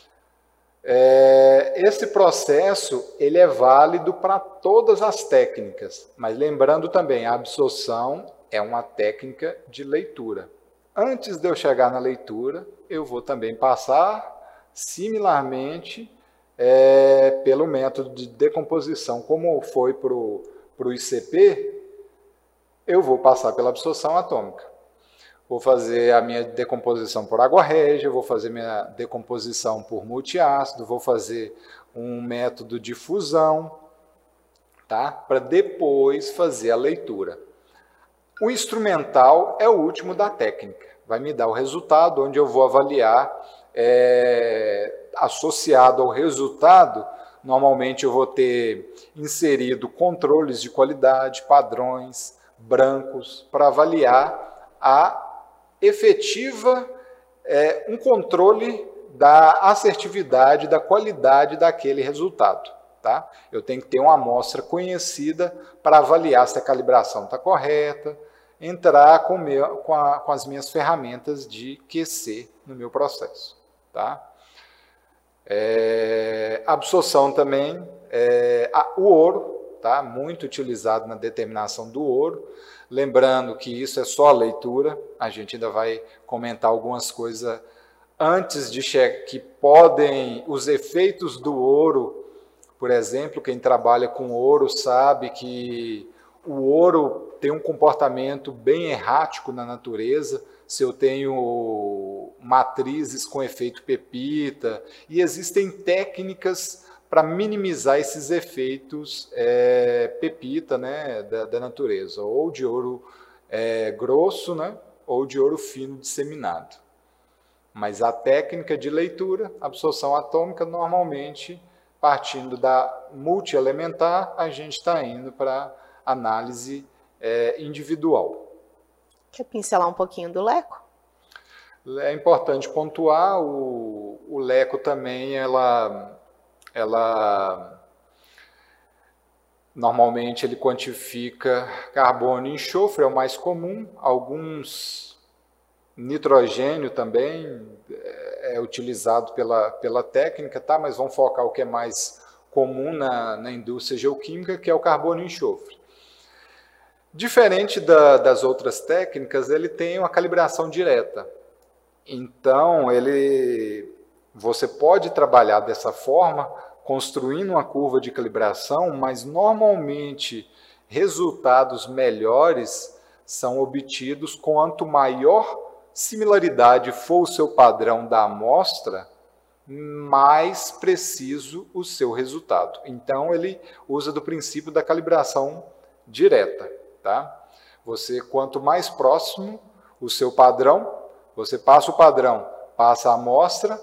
Esse processo ele é válido para todas as técnicas, mas lembrando também, a absorção é uma técnica de leitura. Antes de eu chegar na leitura, eu vou também passar, similarmente, pelo método de decomposição, como foi para o ICP, eu vou passar pela absorção atômica. Vou fazer a minha decomposição por água régia, vou fazer minha decomposição por multiácido, vou fazer um método de fusão, tá? Para depois fazer a leitura. O instrumental é o último da técnica. Vai me dar o resultado, onde eu vou avaliar, associado ao resultado, normalmente eu vou ter inserido controles de qualidade, padrões, brancos, para avaliar a efetiva, um controle da assertividade, da qualidade daquele resultado. Tá? Eu tenho que ter uma amostra conhecida para avaliar se a calibração está correta, entrar com as minhas ferramentas de QC no meu processo. Tá? Absorção também, o ouro, tá? Muito utilizado na determinação do ouro. Lembrando que isso é só a leitura, a gente ainda vai comentar algumas coisas antes de que podem, os efeitos do ouro. Por exemplo, quem trabalha com ouro sabe que o ouro tem um comportamento bem errático na natureza. Se eu tenho matrizes com efeito pepita, e existem técnicas para minimizar esses efeitos pepita, né, da natureza, ou de ouro grosso, né, ou de ouro fino disseminado. Mas a técnica de leitura, absorção atômica, normalmente, partindo da multielementar, a gente está indo para análise individual. Quer pincelar um pouquinho do leco? É importante pontuar, o leco também, ela normalmente ele quantifica carbono e enxofre, é o mais comum, alguns nitrogênio também é utilizado pela técnica, tá? Mas vamos focar o que é mais comum na indústria geoquímica, que é o carbono e enxofre. Diferente das outras técnicas, ele tem uma calibração direta. Então, você pode trabalhar dessa forma, construindo uma curva de calibração, mas normalmente resultados melhores são obtidos quanto maior similaridade for o seu padrão da amostra, mais preciso o seu resultado. Então, ele usa do princípio da calibração direta. Tá? Quanto mais próximo o seu padrão, você passa o padrão, passa a amostra,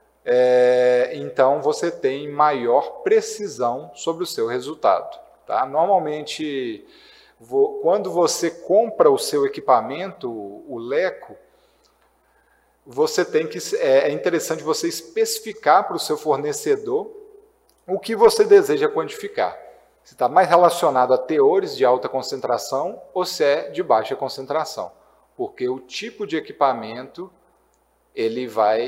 então você tem maior precisão sobre o seu resultado. Tá? Normalmente, Quando você compra o seu equipamento, o Leco, você tem que, é interessante você especificar para o seu fornecedor o que você deseja quantificar. Se está mais relacionado a teores de alta concentração ou se é de baixa concentração. Porque o tipo de equipamento, ele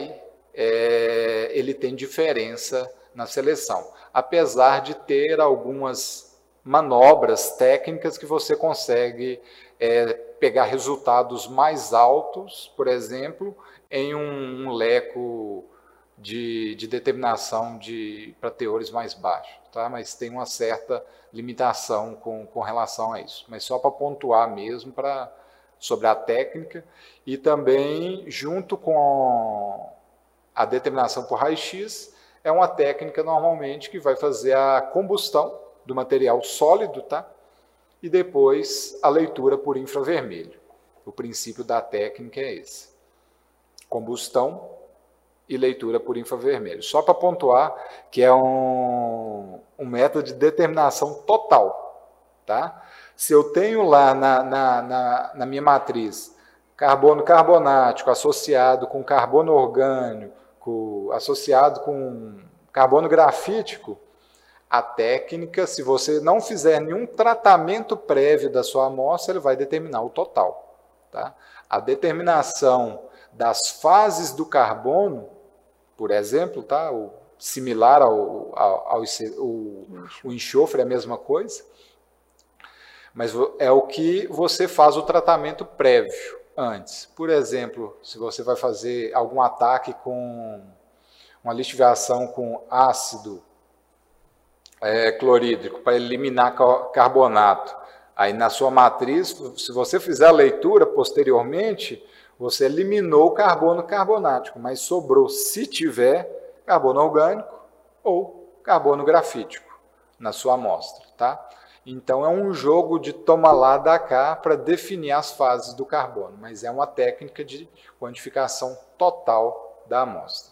tem diferença na seleção. Apesar de ter algumas manobras técnicas que você consegue pegar resultados mais altos, por exemplo, em um leco de determinação para teores mais baixos, tá? Mas tem uma certa limitação com relação a isso. Mas só para pontuar mesmo sobre a técnica e também junto com a determinação por raio-x, é uma técnica normalmente que vai fazer a combustão do material sólido, tá? E depois a leitura por infravermelho. O princípio da técnica é esse. Combustão e leitura por infravermelho. Só para pontuar que é um método de determinação total, tá? Se eu tenho lá na minha matriz carbono carbonático associado com carbono orgânico, associado com carbono grafítico, a técnica, se você não fizer nenhum tratamento prévio da sua amostra, ele vai determinar o total, tá? A determinação das fases do carbono, por exemplo, tá? Similar ao enxofre, é a mesma coisa, mas é o que você faz o tratamento prévio antes. Por exemplo, se você vai fazer algum ataque com uma lixiviação com ácido clorídrico para eliminar carbonato, aí na sua matriz, se você fizer a leitura posteriormente, você eliminou o carbono carbonático, mas sobrou, se tiver, carbono orgânico ou carbono grafítico na sua amostra, tá? Então é um jogo de toma lá, dá cá para definir as fases do carbono, mas é uma técnica de quantificação total da amostra.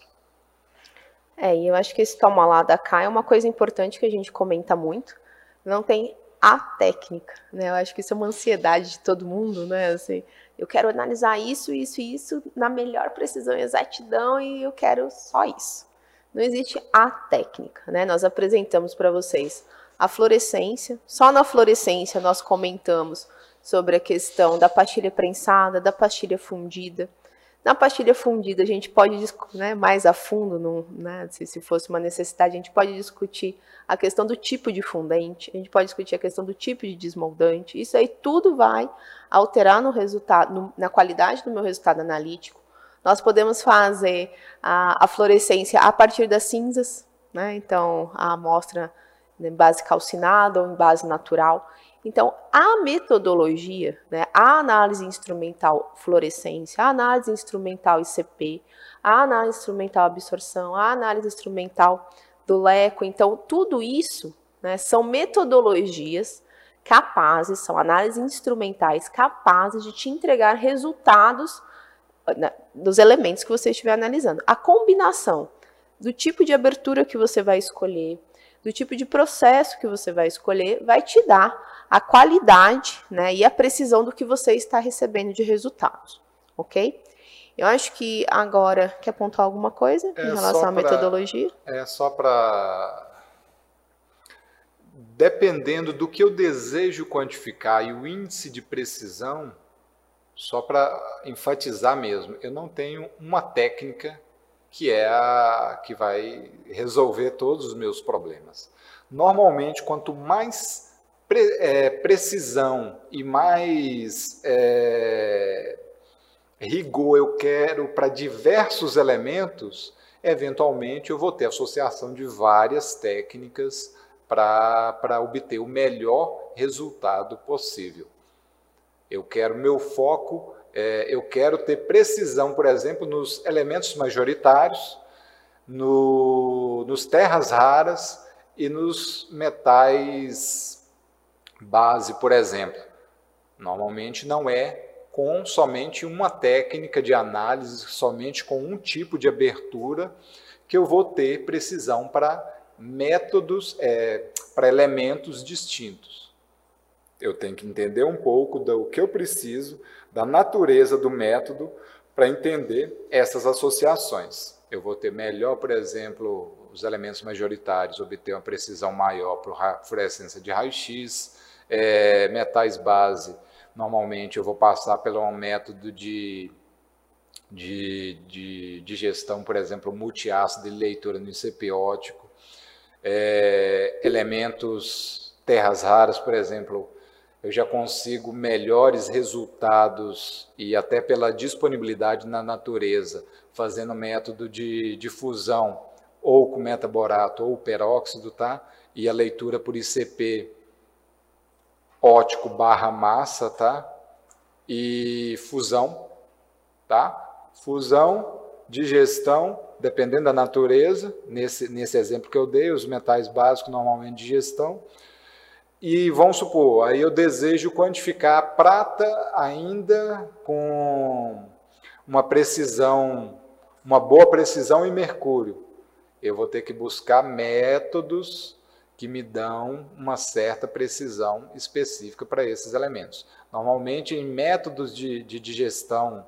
E eu acho que esse toma lá, dá cá é uma coisa importante que a gente comenta muito. Não tem a técnica, né? Eu acho que isso é uma ansiedade de todo mundo, né? Assim, eu quero analisar isso, isso e isso na melhor precisão e exatidão e eu quero só isso. Não existe a técnica, né? Nós apresentamos para vocês a fluorescência. Só na fluorescência nós comentamos sobre a questão da pastilha prensada, da pastilha fundida. Na pastilha fundida a gente pode discutir, né, mais a fundo, né, se fosse uma necessidade, a gente pode discutir a questão do tipo de fundente, a gente pode discutir a questão do tipo de desmoldante. Isso aí tudo vai alterar no resultado, na qualidade do meu resultado analítico. Nós podemos fazer a fluorescência a partir das cinzas, né, então a amostra em base calcinada ou em base natural. Então, a metodologia, né, a análise instrumental fluorescência, a análise instrumental ICP, a análise instrumental absorção, a análise instrumental do Leco, então, tudo isso, né, são metodologias capazes, são análises instrumentais capazes de te entregar resultados, né, dos elementos que você estiver analisando. A combinação do tipo de abertura que você vai escolher, do tipo de processo que você vai escolher, vai te dar a qualidade, né, e a precisão do que você está recebendo de resultados, ok? Eu acho que agora, quer pontuar alguma coisa em relação à metodologia? Só para... Dependendo do que eu desejo quantificar e o índice de precisão, só para enfatizar mesmo, eu não tenho uma técnica que é a que vai resolver todos os meus problemas. Normalmente, quanto mais precisão e mais rigor eu quero para diversos elementos, eventualmente eu vou ter associação de várias técnicas para obter o melhor resultado possível. Eu quero meu foco, eu quero ter precisão, por exemplo, nos elementos majoritários, nos terras raras e nos metais base, por exemplo. Normalmente não é com somente uma técnica de análise, somente com um tipo de abertura, que eu vou ter precisão para métodos, para elementos distintos. Eu tenho que entender um pouco do que eu preciso, da natureza do método, para entender essas associações. Eu vou ter melhor, por exemplo, os elementos majoritários, obter uma precisão maior para fluorescência de raio-x, metais base, normalmente eu vou passar pelo um método de digestão, por exemplo, multiácido de leitura no ICP óptico, elementos terras raras, por exemplo, eu já consigo melhores resultados e até pela disponibilidade na natureza, fazendo método de fusão ou com metaborato ou peróxido, tá? E a leitura por ICP óptico barra massa, tá? E fusão, tá? Fusão, digestão, dependendo da natureza, nesse exemplo que eu dei, os metais básicos normalmente digestão. E vamos supor, aí eu desejo quantificar a prata ainda com uma precisão, uma boa precisão em mercúrio. Eu vou ter que buscar métodos que me dão uma certa precisão específica para esses elementos. Normalmente, em métodos de digestão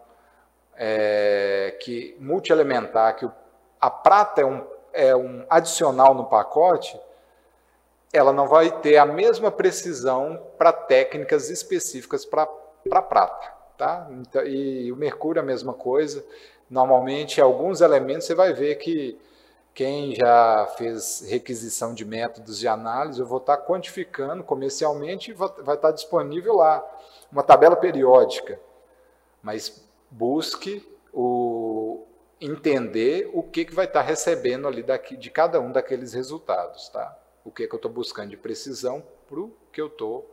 que multielementar, que a prata é um adicional no pacote, ela não vai ter a mesma precisão para técnicas específicas para prata, tá? Então, e o mercúrio é a mesma coisa. Normalmente, alguns elementos você vai ver que quem já fez requisição de métodos de análise, eu vou estar quantificando comercialmente e vai estar disponível lá uma tabela periódica, mas busque entender o que vai estar recebendo ali de cada um daqueles resultados, tá? O que eu estou buscando de precisão para o que eu estou,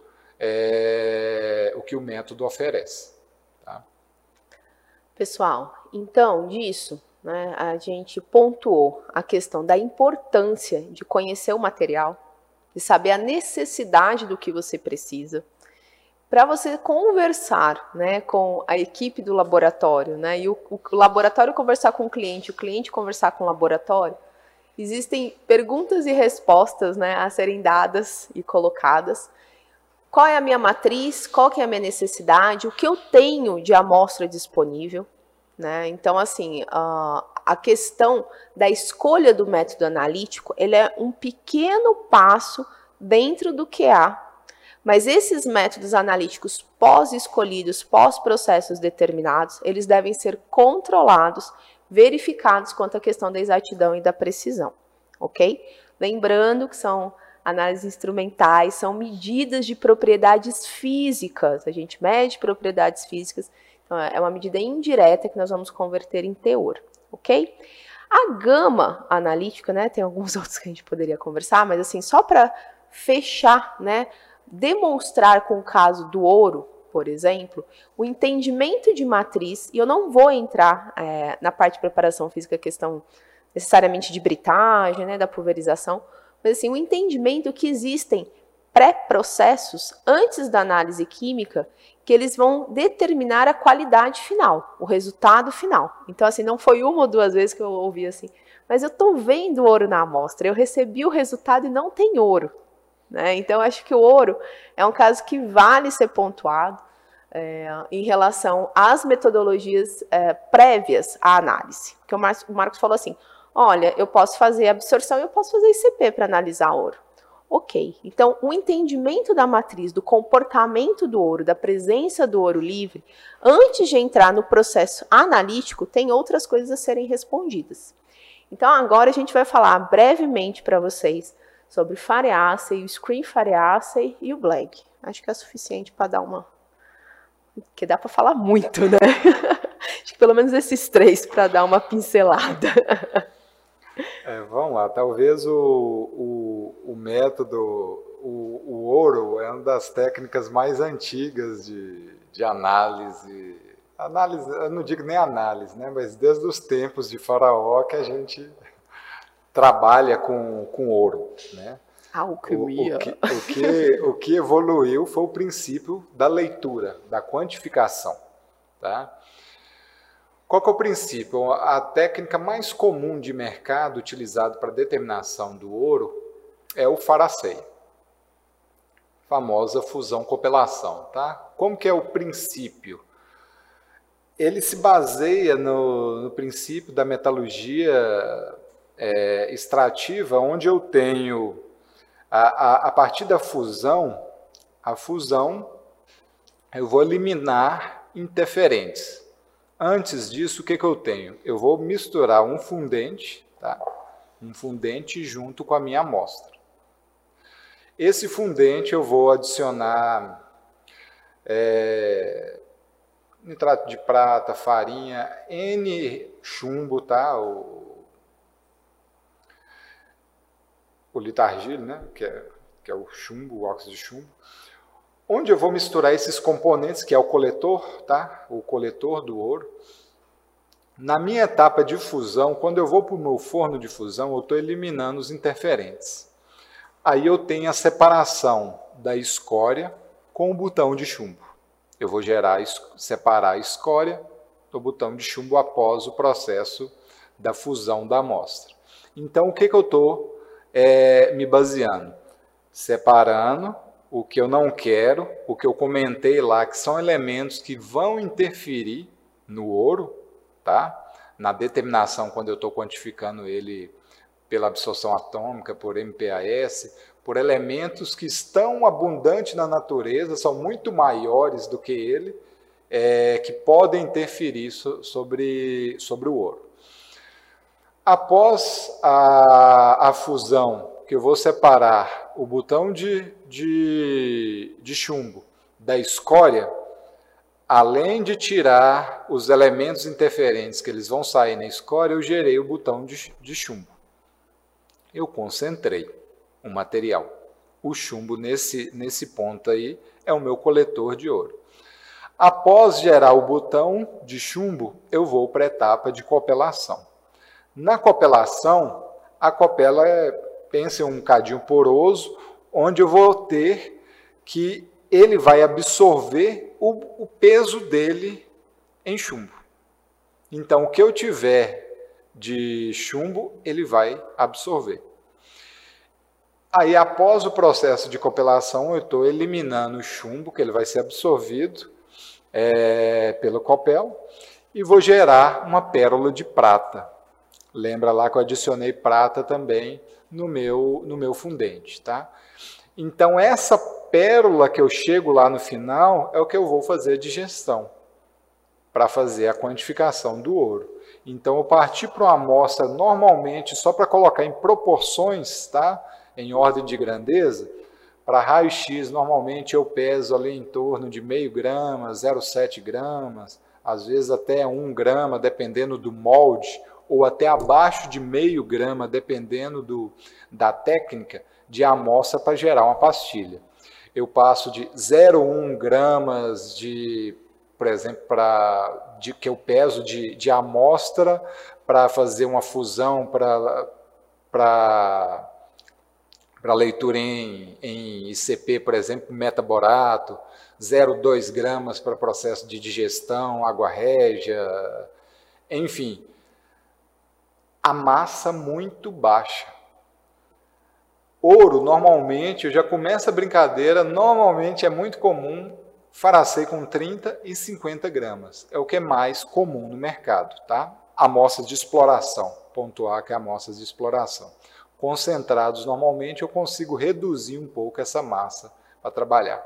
o que o método oferece. Tá? Pessoal, então disso, né, a gente pontuou a questão da importância de conhecer o material, de saber a necessidade do que você precisa, para você conversar, né, com a equipe do laboratório, né, e o laboratório conversar com o cliente conversar com o laboratório. Existem perguntas e respostas, né, a serem dadas e colocadas. Qual é a minha matriz? Qual que é a minha necessidade? O que eu tenho de amostra disponível? Né? Então, assim, a questão da escolha do método analítico, ele é um pequeno passo dentro do QA. Mas esses métodos analíticos pós-escolhidos, pós-processos determinados, eles devem ser controlados, verificados quanto à questão da exatidão e da precisão, ok? Lembrando que são análises instrumentais, são medidas de propriedades físicas, a gente mede propriedades físicas, então é uma medida indireta que nós vamos converter em teor, ok? A gama analítica, né, tem alguns outros que a gente poderia conversar, mas assim, só para fechar, né, demonstrar com o caso do ouro, por exemplo, o entendimento de matriz, e eu não vou entrar na parte de preparação física, questão necessariamente de britagem, né, da pulverização, mas assim, o entendimento que existem pré-processos antes da análise química que eles vão determinar a qualidade final, o resultado final. Então, assim, não foi uma ou duas vezes que eu ouvi assim, mas eu estou vendo ouro na amostra, eu recebi o resultado e não tem ouro. Né? Então, acho que o ouro é um caso que vale ser pontuado em relação às metodologias prévias à análise. Porque o Marcos falou assim, olha, eu posso fazer absorção e eu posso fazer ICP para analisar ouro. Ok, então o entendimento da matriz, do comportamento do ouro, da presença do ouro livre, antes de entrar no processo analítico, tem outras coisas a serem respondidas. Então, agora a gente vai falar brevemente para vocês sobre o Faraday, o Screen Faraday e o Blank. Acho que é suficiente para dar uma... Porque dá para falar muito, né? Acho que pelo menos esses três para dar uma pincelada. Vamos lá, talvez o método, o ouro é uma das técnicas mais antigas de análise. Análise, eu não digo nem análise, né? Mas desde os tempos de Faraó que a gente trabalha com ouro, né? Alquimia. O que evoluiu foi o princípio da leitura, da quantificação, tá? Qual que é o princípio? A técnica mais comum de mercado utilizada para determinação do ouro é o Faraday. famosa fusão-copelação, tá? Como que é o princípio? Ele se baseia no princípio da metalurgia extrativa, onde eu tenho, a partir da fusão, eu vou eliminar interferentes. Antes disso, o que eu tenho? Eu vou misturar um fundente, tá? Um fundente junto com a minha amostra. Esse fundente eu vou adicionar nitrato de prata, farinha, chumbo, tá? O litargilo, né? Que é o chumbo, o óxido de chumbo. Onde eu vou misturar esses componentes, que é o coletor, tá? O coletor do ouro. Na minha etapa de fusão, quando eu vou para o meu forno de fusão, eu estou eliminando os interferentes. Aí eu tenho a separação da escória com o botão de chumbo. Eu vou separar a escória do botão de chumbo após o processo da fusão da amostra. Então, o que eu estou me baseando? Separando o que eu não quero, o que eu comentei lá, que são elementos que vão interferir no ouro, tá? Na determinação, quando eu estou quantificando ele pela absorção atômica, por MPAS, por elementos que estão abundantes na natureza, são muito maiores do que ele, que podem interferir sobre o ouro. Após a fusão, que eu vou separar o botão de chumbo da escória, além de tirar os elementos interferentes que eles vão sair na escória, eu gerei o botão de chumbo. Eu concentrei o material. O chumbo, nesse ponto aí, é o meu coletor de ouro. Após gerar o botão de chumbo, eu vou para a etapa de copelação. Na copelação, a copela pensa em um cadinho poroso, onde eu vou ter que ele vai absorver o peso dele em chumbo. Então, o que eu tiver de chumbo, ele vai absorver. Aí, após o processo de copelação, eu estou eliminando o chumbo, que ele vai ser absorvido pelo copel, e vou gerar uma pérola de prata. Lembra lá que eu adicionei prata também no meu fundente, tá? Então, essa pérola que eu chego lá no final é o que eu vou fazer de digestão, para fazer a quantificação do ouro. Então, eu parti para uma amostra, normalmente, só para colocar em proporções, tá? Em ordem de grandeza. Para raio-x, normalmente eu peso ali em torno de meio grama, 0,7 gramas, às vezes até 1 grama, dependendo do molde, ou até abaixo de meio grama, dependendo da técnica de amostra para gerar uma pastilha. Eu passo de 0,1 gramas por exemplo, que eu peso de amostra para fazer uma fusão para leitura em ICP, por exemplo, metaborato, 0,2 gramas para processo de digestão, água régia, enfim, a massa muito baixa. Ouro, normalmente, eu já começo a brincadeira, normalmente é muito comum faracê com 30 e 50 gramas. É o que é mais comum no mercado, tá? Amostras de exploração, ponto A que é amostras de exploração. Concentrados, normalmente, eu consigo reduzir um pouco essa massa para trabalhar.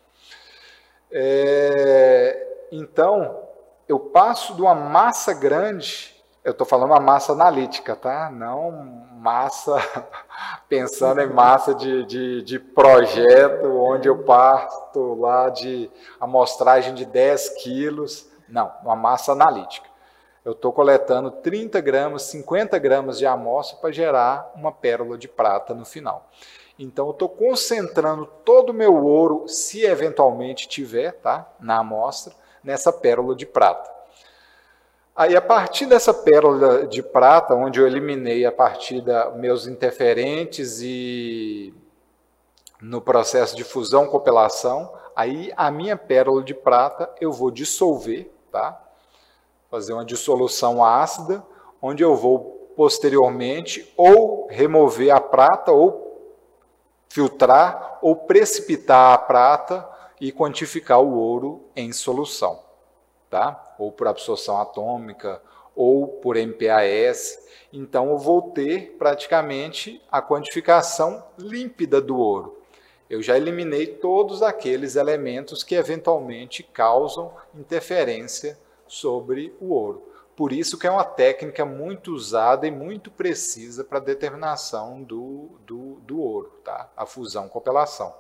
Então, eu passo de uma massa grande, eu estou falando uma massa analítica, tá? Não massa, pensando em massa de projeto, onde eu parto lá de amostragem de 10 quilos. Não, uma massa analítica. Eu estou coletando 30 gramas, 50 gramas de amostra para gerar uma pérola de prata no final. Então, eu estou concentrando todo o meu ouro, se eventualmente tiver, tá? Na amostra, nessa pérola de prata. Aí, a partir dessa pérola de prata, onde eu eliminei a partir dos meus interferentes e no processo de fusão-copelação, aí a minha pérola de prata eu vou dissolver, tá? Fazer uma dissolução ácida, onde eu vou posteriormente ou remover a prata ou filtrar ou precipitar a prata e quantificar o ouro em solução, tá? Ou por absorção atômica, ou por MPAS. Então, eu vou ter praticamente a quantificação límpida do ouro. Eu já eliminei todos aqueles elementos que eventualmente causam interferência sobre o ouro. Por isso que é uma técnica muito usada e muito precisa para a determinação do ouro, tá? A fusão-copelação.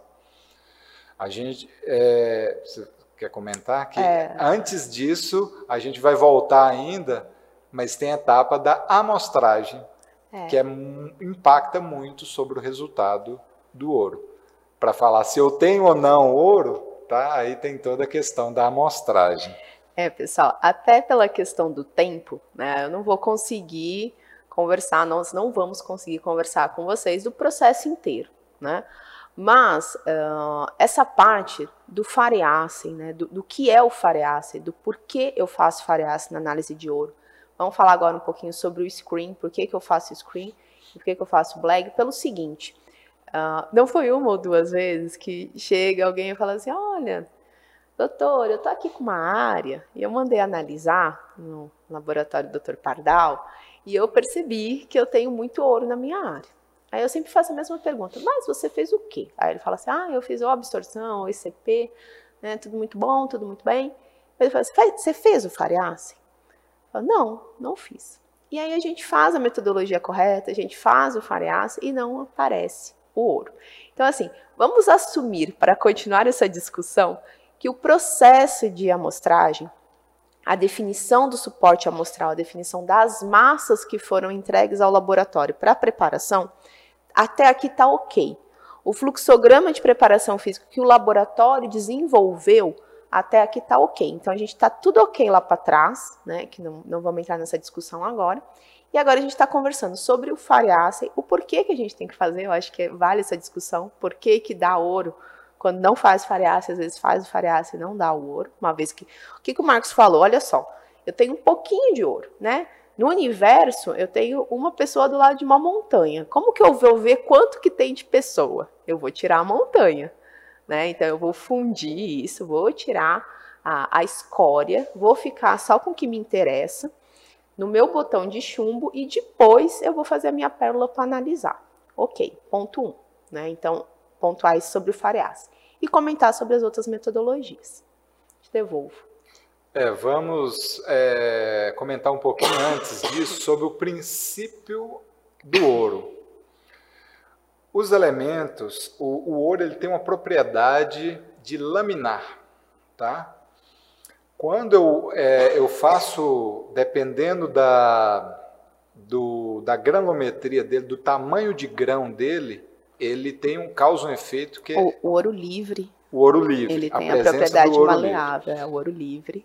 A gente, você quer comentar? Que antes disso, a gente vai voltar ainda, mas tem a etapa da amostragem, que impacta muito sobre o resultado do ouro. Para falar se eu tenho ou não ouro, tá? Aí tem toda a questão da amostragem. Pessoal, até pela questão do tempo, né, eu não vou conseguir conversar, nós não vamos conseguir conversar com vocês do processo inteiro, né? Mas essa parte do Fariace, né, do que é o Fariace, do porquê eu faço Fariace na análise de ouro. Vamos falar agora um pouquinho sobre o screen, por que eu faço screen, por que eu faço blag, pelo seguinte, não foi uma ou duas vezes que chega alguém e fala assim, olha, doutor, eu estou aqui com uma área e eu mandei analisar no laboratório do Dr. Pardal e eu percebi que eu tenho muito ouro na minha área. Aí eu sempre faço a mesma pergunta, mas você fez o quê? Aí ele fala assim, eu fiz absorção, ICP, né, tudo muito bom, tudo muito bem. Ele fala assim, você fez o Fariace? Eu falo, não fiz. E aí a gente faz a metodologia correta, a gente faz o Fariace e não aparece o ouro. Então assim, vamos assumir, para continuar essa discussão, que o processo de amostragem, a definição do suporte amostral, a definição das massas que foram entregues ao laboratório para a preparação, até aqui está ok. O fluxograma de preparação física que o laboratório desenvolveu, até aqui está ok. Então, a gente está tudo ok lá para trás, né, que não vamos entrar nessa discussão agora. E agora a gente está conversando sobre o Fariace, o porquê que a gente tem que fazer, eu acho que vale essa discussão, por que dá ouro, quando não faz Fariace, às vezes faz o Fariace e não dá o ouro. Uma vez que... O que o Marcos falou? Olha só, eu tenho um pouquinho de ouro, né? No universo, eu tenho uma pessoa do lado de uma montanha. Como que eu vou ver quanto que tem de pessoa? Eu vou tirar a montanha, né? Então, eu vou fundir isso, vou tirar a escória, vou ficar só com o que me interessa, no meu botão de chumbo, e depois eu vou fazer a minha pérola para analisar. Ok, ponto 1, né? Então, pontuar isso sobre o Fariace e comentar sobre as outras metodologias. Te devolvo. Vamos comentar um pouquinho antes disso sobre o princípio do ouro. Os elementos, o ouro ele tem uma propriedade de laminar, tá? Quando eu faço, dependendo da granulometria dele, do tamanho de grão dele, ele causa um efeito que o ouro livre. O ouro livre. Ele tem a propriedade maleável, é o ouro livre.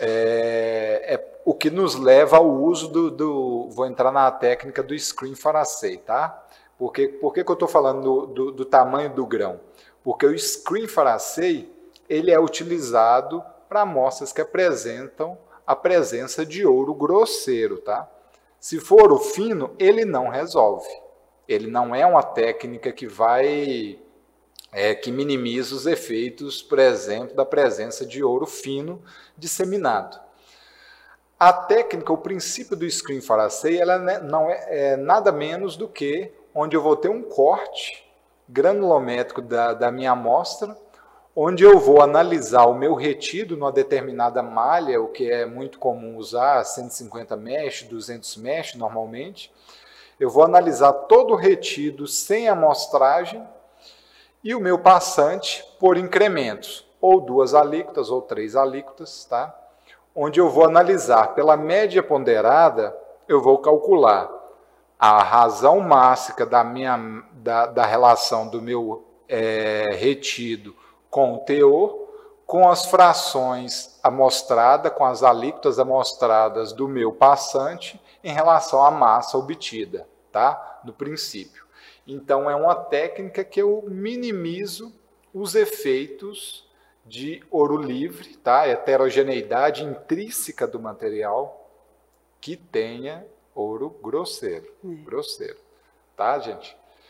O que nos leva ao uso vou entrar na técnica do screen Fariace, tá? Por que eu estou falando do tamanho do grão? Porque o screen Fariace, ele é utilizado para amostras que apresentam a presença de ouro grosseiro, tá? Se for ouro fino, ele não resolve. Ele não é uma técnica que que minimiza os efeitos, por exemplo, da presença de ouro fino disseminado. A técnica, o princípio do screen Fariace, ela não é nada menos do que onde eu vou ter um corte granulométrico da minha amostra, onde eu vou analisar o meu retido numa determinada malha, o que é muito comum usar, 150 mesh, 200 mesh normalmente. Eu vou analisar todo o retido sem amostragem e o meu passante por incrementos, ou 2 alíquotas ou 3 alíquotas, tá? Onde eu vou analisar pela média ponderada, eu vou calcular a razão mássica da relação do meu retido com o teor, com as frações amostradas, com as alíquotas amostradas do meu passante em relação à massa obtida, tá? No princípio. Então, é uma técnica que eu minimizo os efeitos de ouro livre, tá? Heterogeneidade intrínseca do material que tenha ouro grosseiro. Grosseiro. Tá, gente?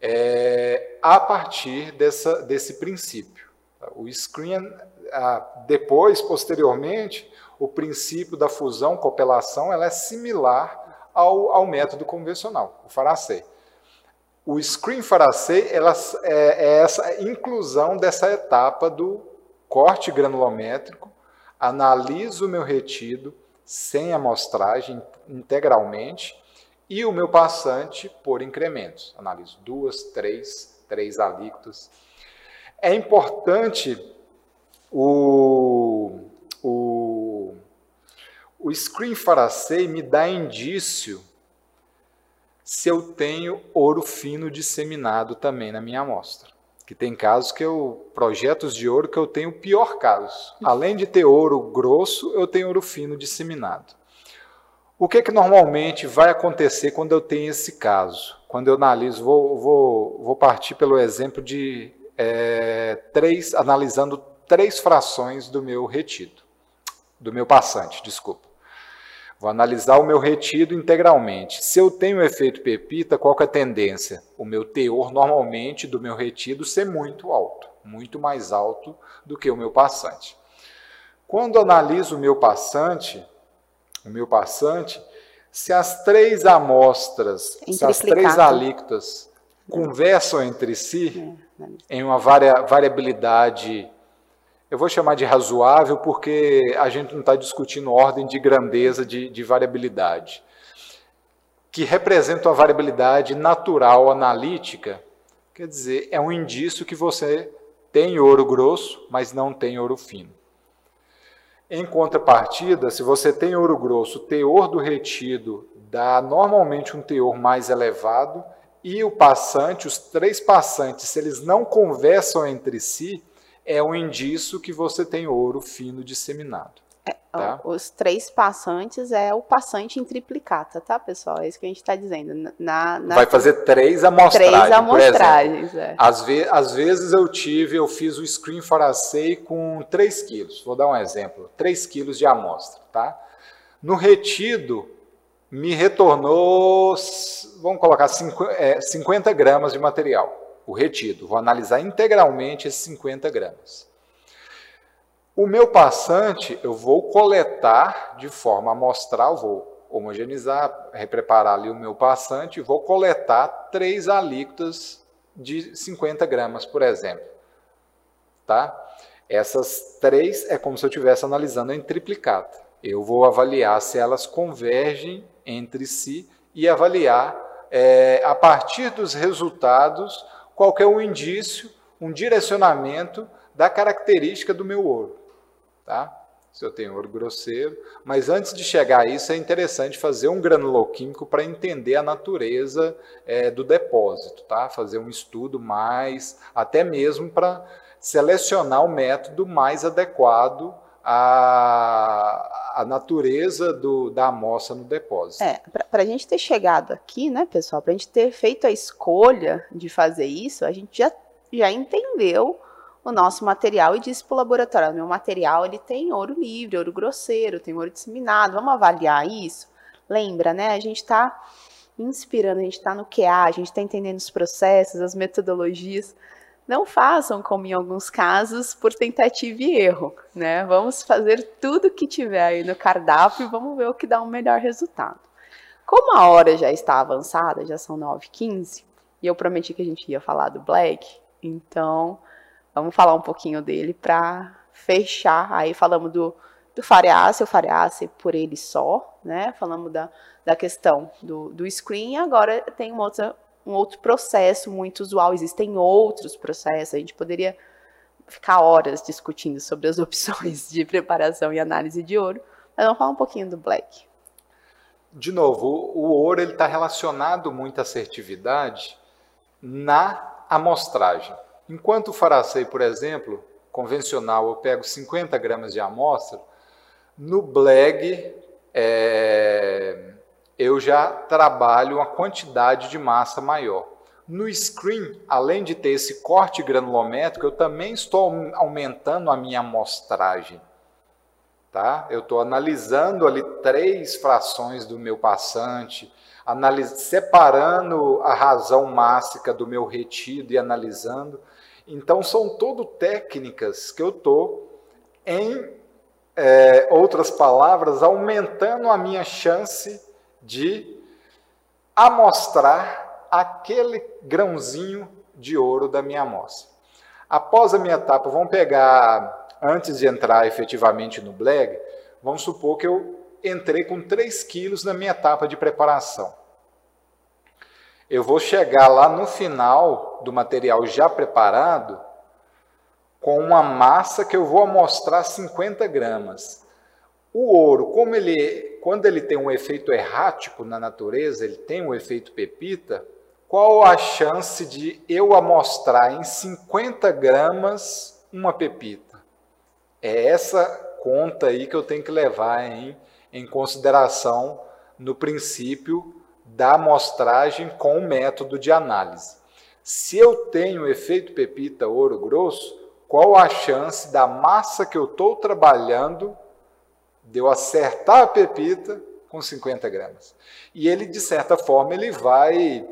a partir desse princípio. O screen, depois, posteriormente, o princípio da fusão, copelação, ela é similar ao método convencional, o Faraday. O screen Faraday é essa inclusão dessa etapa do corte granulométrico, analiso o meu retido sem amostragem integralmente e o meu passante por incrementos. Analiso 2, 3 alíquotas. É importante o screen Faraday me dá indício se eu tenho ouro fino disseminado também na minha amostra. Que tem casos projetos de ouro que eu tenho o pior caso. Além de ter ouro grosso, eu tenho ouro fino disseminado. O que normalmente vai acontecer quando eu tenho esse caso? Quando eu analiso, vou partir pelo exemplo de analisando 3 frações do meu retido, do meu passante, desculpa. Vou analisar o meu retido integralmente. Se eu tenho efeito pepita, qual que é a tendência? O meu teor, normalmente, do meu retido ser muito alto, muito mais alto do que o meu passante. Quando analiso o meu passante, se as 3 amostras, se as 3 alíquotas conversam entre si, em uma variabilidade, eu vou chamar de razoável, porque a gente não está discutindo ordem de grandeza de variabilidade, que representa uma variabilidade natural analítica, quer dizer, é um indício que você tem ouro grosso, mas não tem ouro fino. Em contrapartida, se você tem ouro grosso, o teor do retido dá normalmente um teor mais elevado, e o passante, os 3 passantes, se eles não conversam entre si, é um indício que você tem ouro fino disseminado. Tá? Os 3 passantes é o passante em triplicata, tá, pessoal? É isso que a gente está dizendo. Vai fazer 3 amostragens. 3 amostragens, Às vezes eu fiz o screen Faraday com 3 quilos. Vou dar um exemplo. 3 quilos de amostra. Tá? No retido, me retornou, vamos colocar, 50 gramas de material. O retido. Vou analisar integralmente esses 50 gramas. O meu passante, eu vou coletar de forma amostral, vou homogeneizar, repreparar ali o meu passante e vou coletar 3 alíquotas de 50 gramas, por exemplo. Tá? Essas 3 é como se eu estivesse analisando em triplicata. Eu vou avaliar se elas convergem entre si e avaliar, a partir dos resultados, qual que é o indício, um direcionamento da característica do meu ouro. Tá? Se eu tenho ouro grosseiro. Mas antes de chegar a isso, é interessante fazer um granuloquímico para entender a natureza do depósito. Tá? Fazer um estudo mais, até mesmo para selecionar o método mais adequado à natureza da amostra no depósito. Para a gente ter chegado aqui, né, pessoal, para a gente ter feito a escolha de fazer isso, a gente já entendeu o nosso material e disse para o laboratório, meu material ele tem ouro livre, ouro grosseiro, tem ouro disseminado, vamos avaliar isso? Lembra, né, a gente está inspirando, a gente está no QA, a gente está entendendo os processos, as metodologias. Não façam como em alguns casos por tentativa e erro, né? Vamos fazer tudo que tiver aí no cardápio e vamos ver o que dá um melhor resultado. Como a hora já está avançada, já são 9h15, e eu prometi que a gente ia falar do Black, então vamos falar um pouquinho dele para fechar. Aí falamos do Faraday, o Faraday por ele só, né? Falamos da questão do screen, e agora tem um outro processo muito usual. Existem outros processos, a gente poderia ficar horas discutindo sobre as opções de preparação e análise de ouro, mas vamos falar um pouquinho do Black. De novo, o ouro está relacionado muito à assertividade na amostragem. Enquanto o Faraday, por exemplo, convencional, eu pego 50 gramas de amostra, no Black eu já trabalho uma quantidade de massa maior. No screen, além de ter esse corte granulométrico, eu também estou aumentando a minha amostragem. Tá? Eu estou analisando ali 3 frações do meu passante, separando a razão mássica do meu retido e analisando. Então, são tudo técnicas que eu estou, em outras palavras, aumentando a minha chance de amostrar aquele grãozinho de ouro da minha amostra. Após a minha etapa, vamos pegar, antes de entrar efetivamente no BLEG, vamos supor que eu entrei com 3 quilos na minha etapa de preparação. Eu vou chegar lá no final do material já preparado com uma massa que eu vou amostrar 50 gramas. O ouro, quando ele tem um efeito errático na natureza, ele tem um efeito pepita, qual a chance de eu amostrar em 50 gramas uma pepita? É essa conta aí que eu tenho que levar em consideração no princípio da amostragem com o método de análise. Se eu tenho efeito pepita ouro grosso, qual a chance da massa que eu estou trabalhando de eu acertar a pepita com 50 gramas? E ele, de certa forma, ele vai...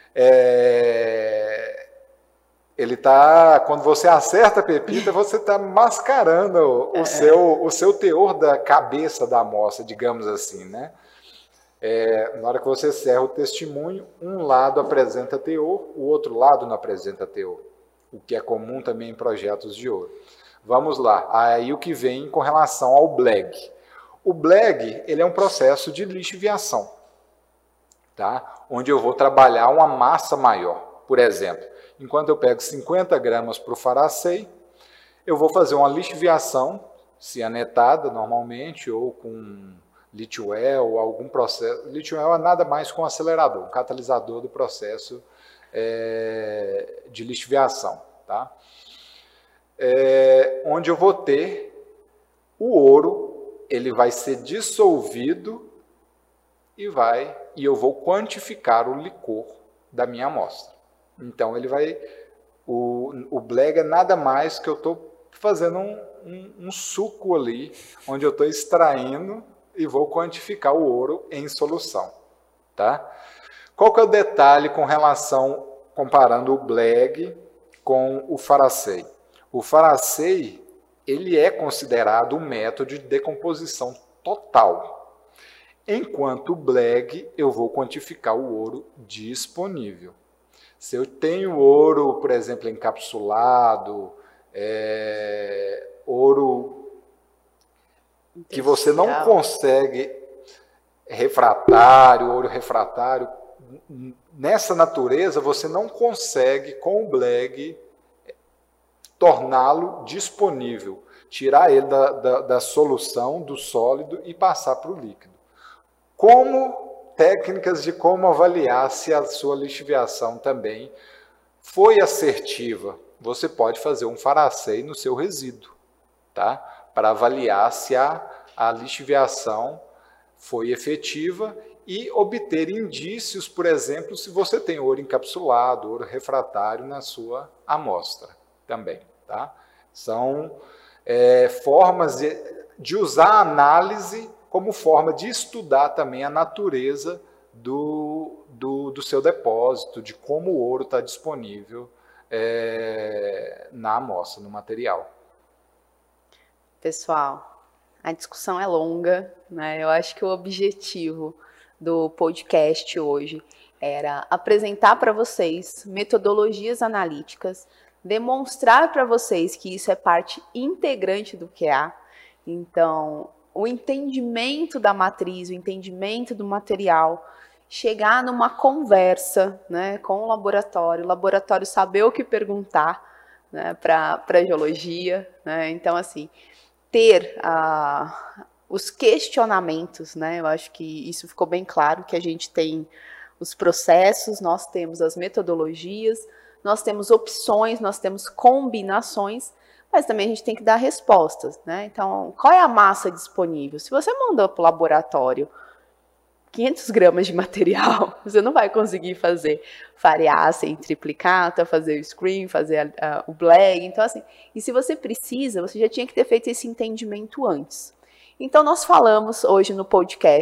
quando você acerta a pepita, você está mascarando o seu teor da cabeça da amostra, digamos assim, né? Na hora que você cerra o testemunho, um lado apresenta teor, o outro lado não apresenta teor, o que é comum também em projetos de ouro. Vamos lá, aí o que vem com relação ao BLEG. O BLEG, ele é um processo de lixiviação, tá? Onde eu vou trabalhar uma massa maior. Por exemplo, enquanto eu pego 50 gramas para o faracei, eu vou fazer uma lixiviação cianetada normalmente, ou com Litwell, ou algum processo. Litwell é nada mais que um acelerador, um catalisador do processo de lixiviação, tá? Onde eu vou ter o ouro, ele vai ser dissolvido e eu vou quantificar o licor da minha amostra. Então, o BLEG é nada mais que eu estou fazendo um suco ali, onde eu estou extraindo e vou quantificar o ouro em solução, tá? Qual que é o detalhe com relação, comparando o BLEG com o faracei? O faracei, ele é considerado um método de decomposição total, enquanto o BLEG eu vou quantificar o ouro disponível. Se eu tenho ouro, por exemplo, encapsulado, ouro que você não consegue ouro refratário, nessa natureza você não consegue com o BLEG torná-lo disponível, tirar ele da solução, do sólido e passar para o líquido. Técnicas de como avaliar se a sua lixiviação também foi assertiva. Você pode fazer um faracei no seu resíduo, tá? Para avaliar se a lixiviação foi efetiva e obter indícios, por exemplo, se você tem ouro encapsulado, ouro refratário na sua amostra também, tá? São formas de usar a análise como forma de estudar também a natureza do seu depósito, de como o ouro está disponível na amostra, no material. Pessoal, a discussão é longa, né? Eu acho que o objetivo do podcast hoje era apresentar para vocês metodologias analíticas, demonstrar para vocês que isso é parte integrante do QA. Então, o entendimento da matriz, o entendimento do material, chegar numa conversa, né, com o laboratório saber o que perguntar, né, para a geologia, né? Então, assim, ter os questionamentos, né? Eu acho que isso ficou bem claro, que a gente tem os processos, nós temos as metodologias, nós temos opções, nós temos combinações, mas também a gente tem que dar respostas, né? Então, qual é a massa disponível? Se você mandou para o laboratório 500 gramas de material, você não vai conseguir fazer fariácea em triplicata, fazer o screen, fazer o BLEG. Então, assim, e se você precisa, você já tinha que ter feito esse entendimento antes. Então, nós falamos hoje no podcast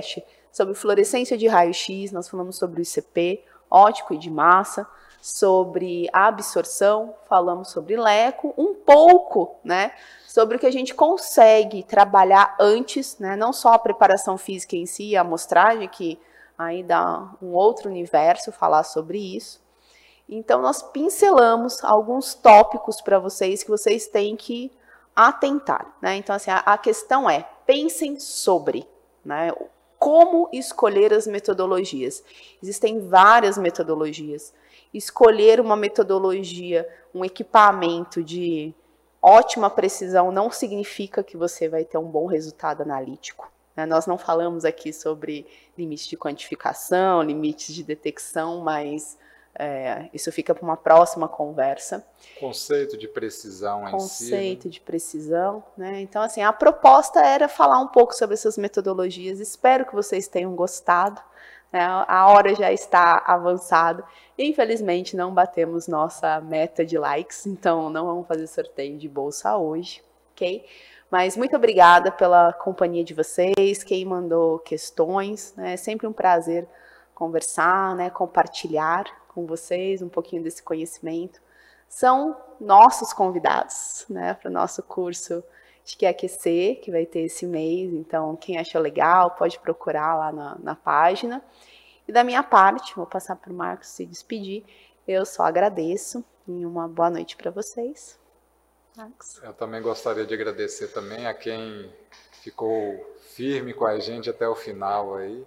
sobre fluorescência de raio-x, nós falamos sobre o ICP, óptico e de massa, sobre a absorção, falamos sobre leco, um pouco, né, sobre o que a gente consegue trabalhar antes, né, não só a preparação física em si, a amostragem, que aí dá um outro universo falar sobre isso. Então, nós pincelamos alguns tópicos para vocês que vocês têm que atentar, né? Então, assim, a questão é, pensem sobre, né, como escolher as metodologias. Existem várias metodologias. Escolher uma metodologia, um equipamento de ótima precisão não significa que você vai ter um bom resultado analítico. Né? Nós não falamos aqui sobre limites de quantificação, limites de detecção, mas isso fica para uma próxima conversa. Conceito de precisão em si. Conceito de precisão, né? Então, assim, a proposta era falar um pouco sobre essas metodologias. Espero que vocês tenham gostado. Né? A hora já está avançada. Infelizmente, não batemos nossa meta de likes, então não vamos fazer sorteio de bolsa hoje, ok? Mas muito obrigada pela companhia de vocês, quem mandou questões. Né? É sempre um prazer conversar, né? Compartilhar com vocês um pouquinho desse conhecimento. São nossos convidados, né, para o nosso curso de QAQC, que vai ter esse mês. Então, quem achou legal, pode procurar lá na página. E da minha parte, vou passar para o Marcos se despedir. Eu só agradeço e uma boa noite para vocês. Marcos. Eu também gostaria de agradecer também a quem ficou firme com a gente até o final aí.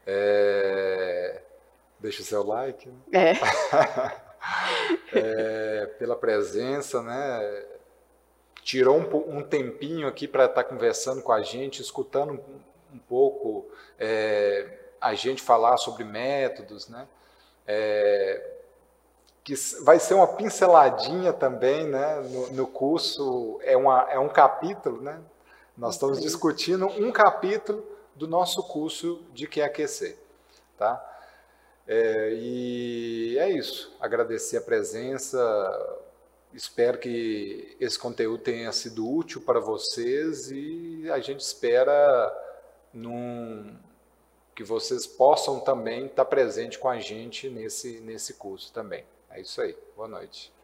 Deixa o seu like. Né? Pela presença, né? Tirou um tempinho aqui para estar conversando com a gente, escutando um pouco a gente falar sobre métodos, né? Que vai ser uma pinceladinha também, né? No curso, é um capítulo, né? Nós estamos discutindo um capítulo do nosso curso de QAQC, tá? E é isso, agradecer a presença, espero que esse conteúdo tenha sido útil para vocês e a gente espera que vocês possam também estar presentes com a gente nesse curso também. É isso aí, boa noite.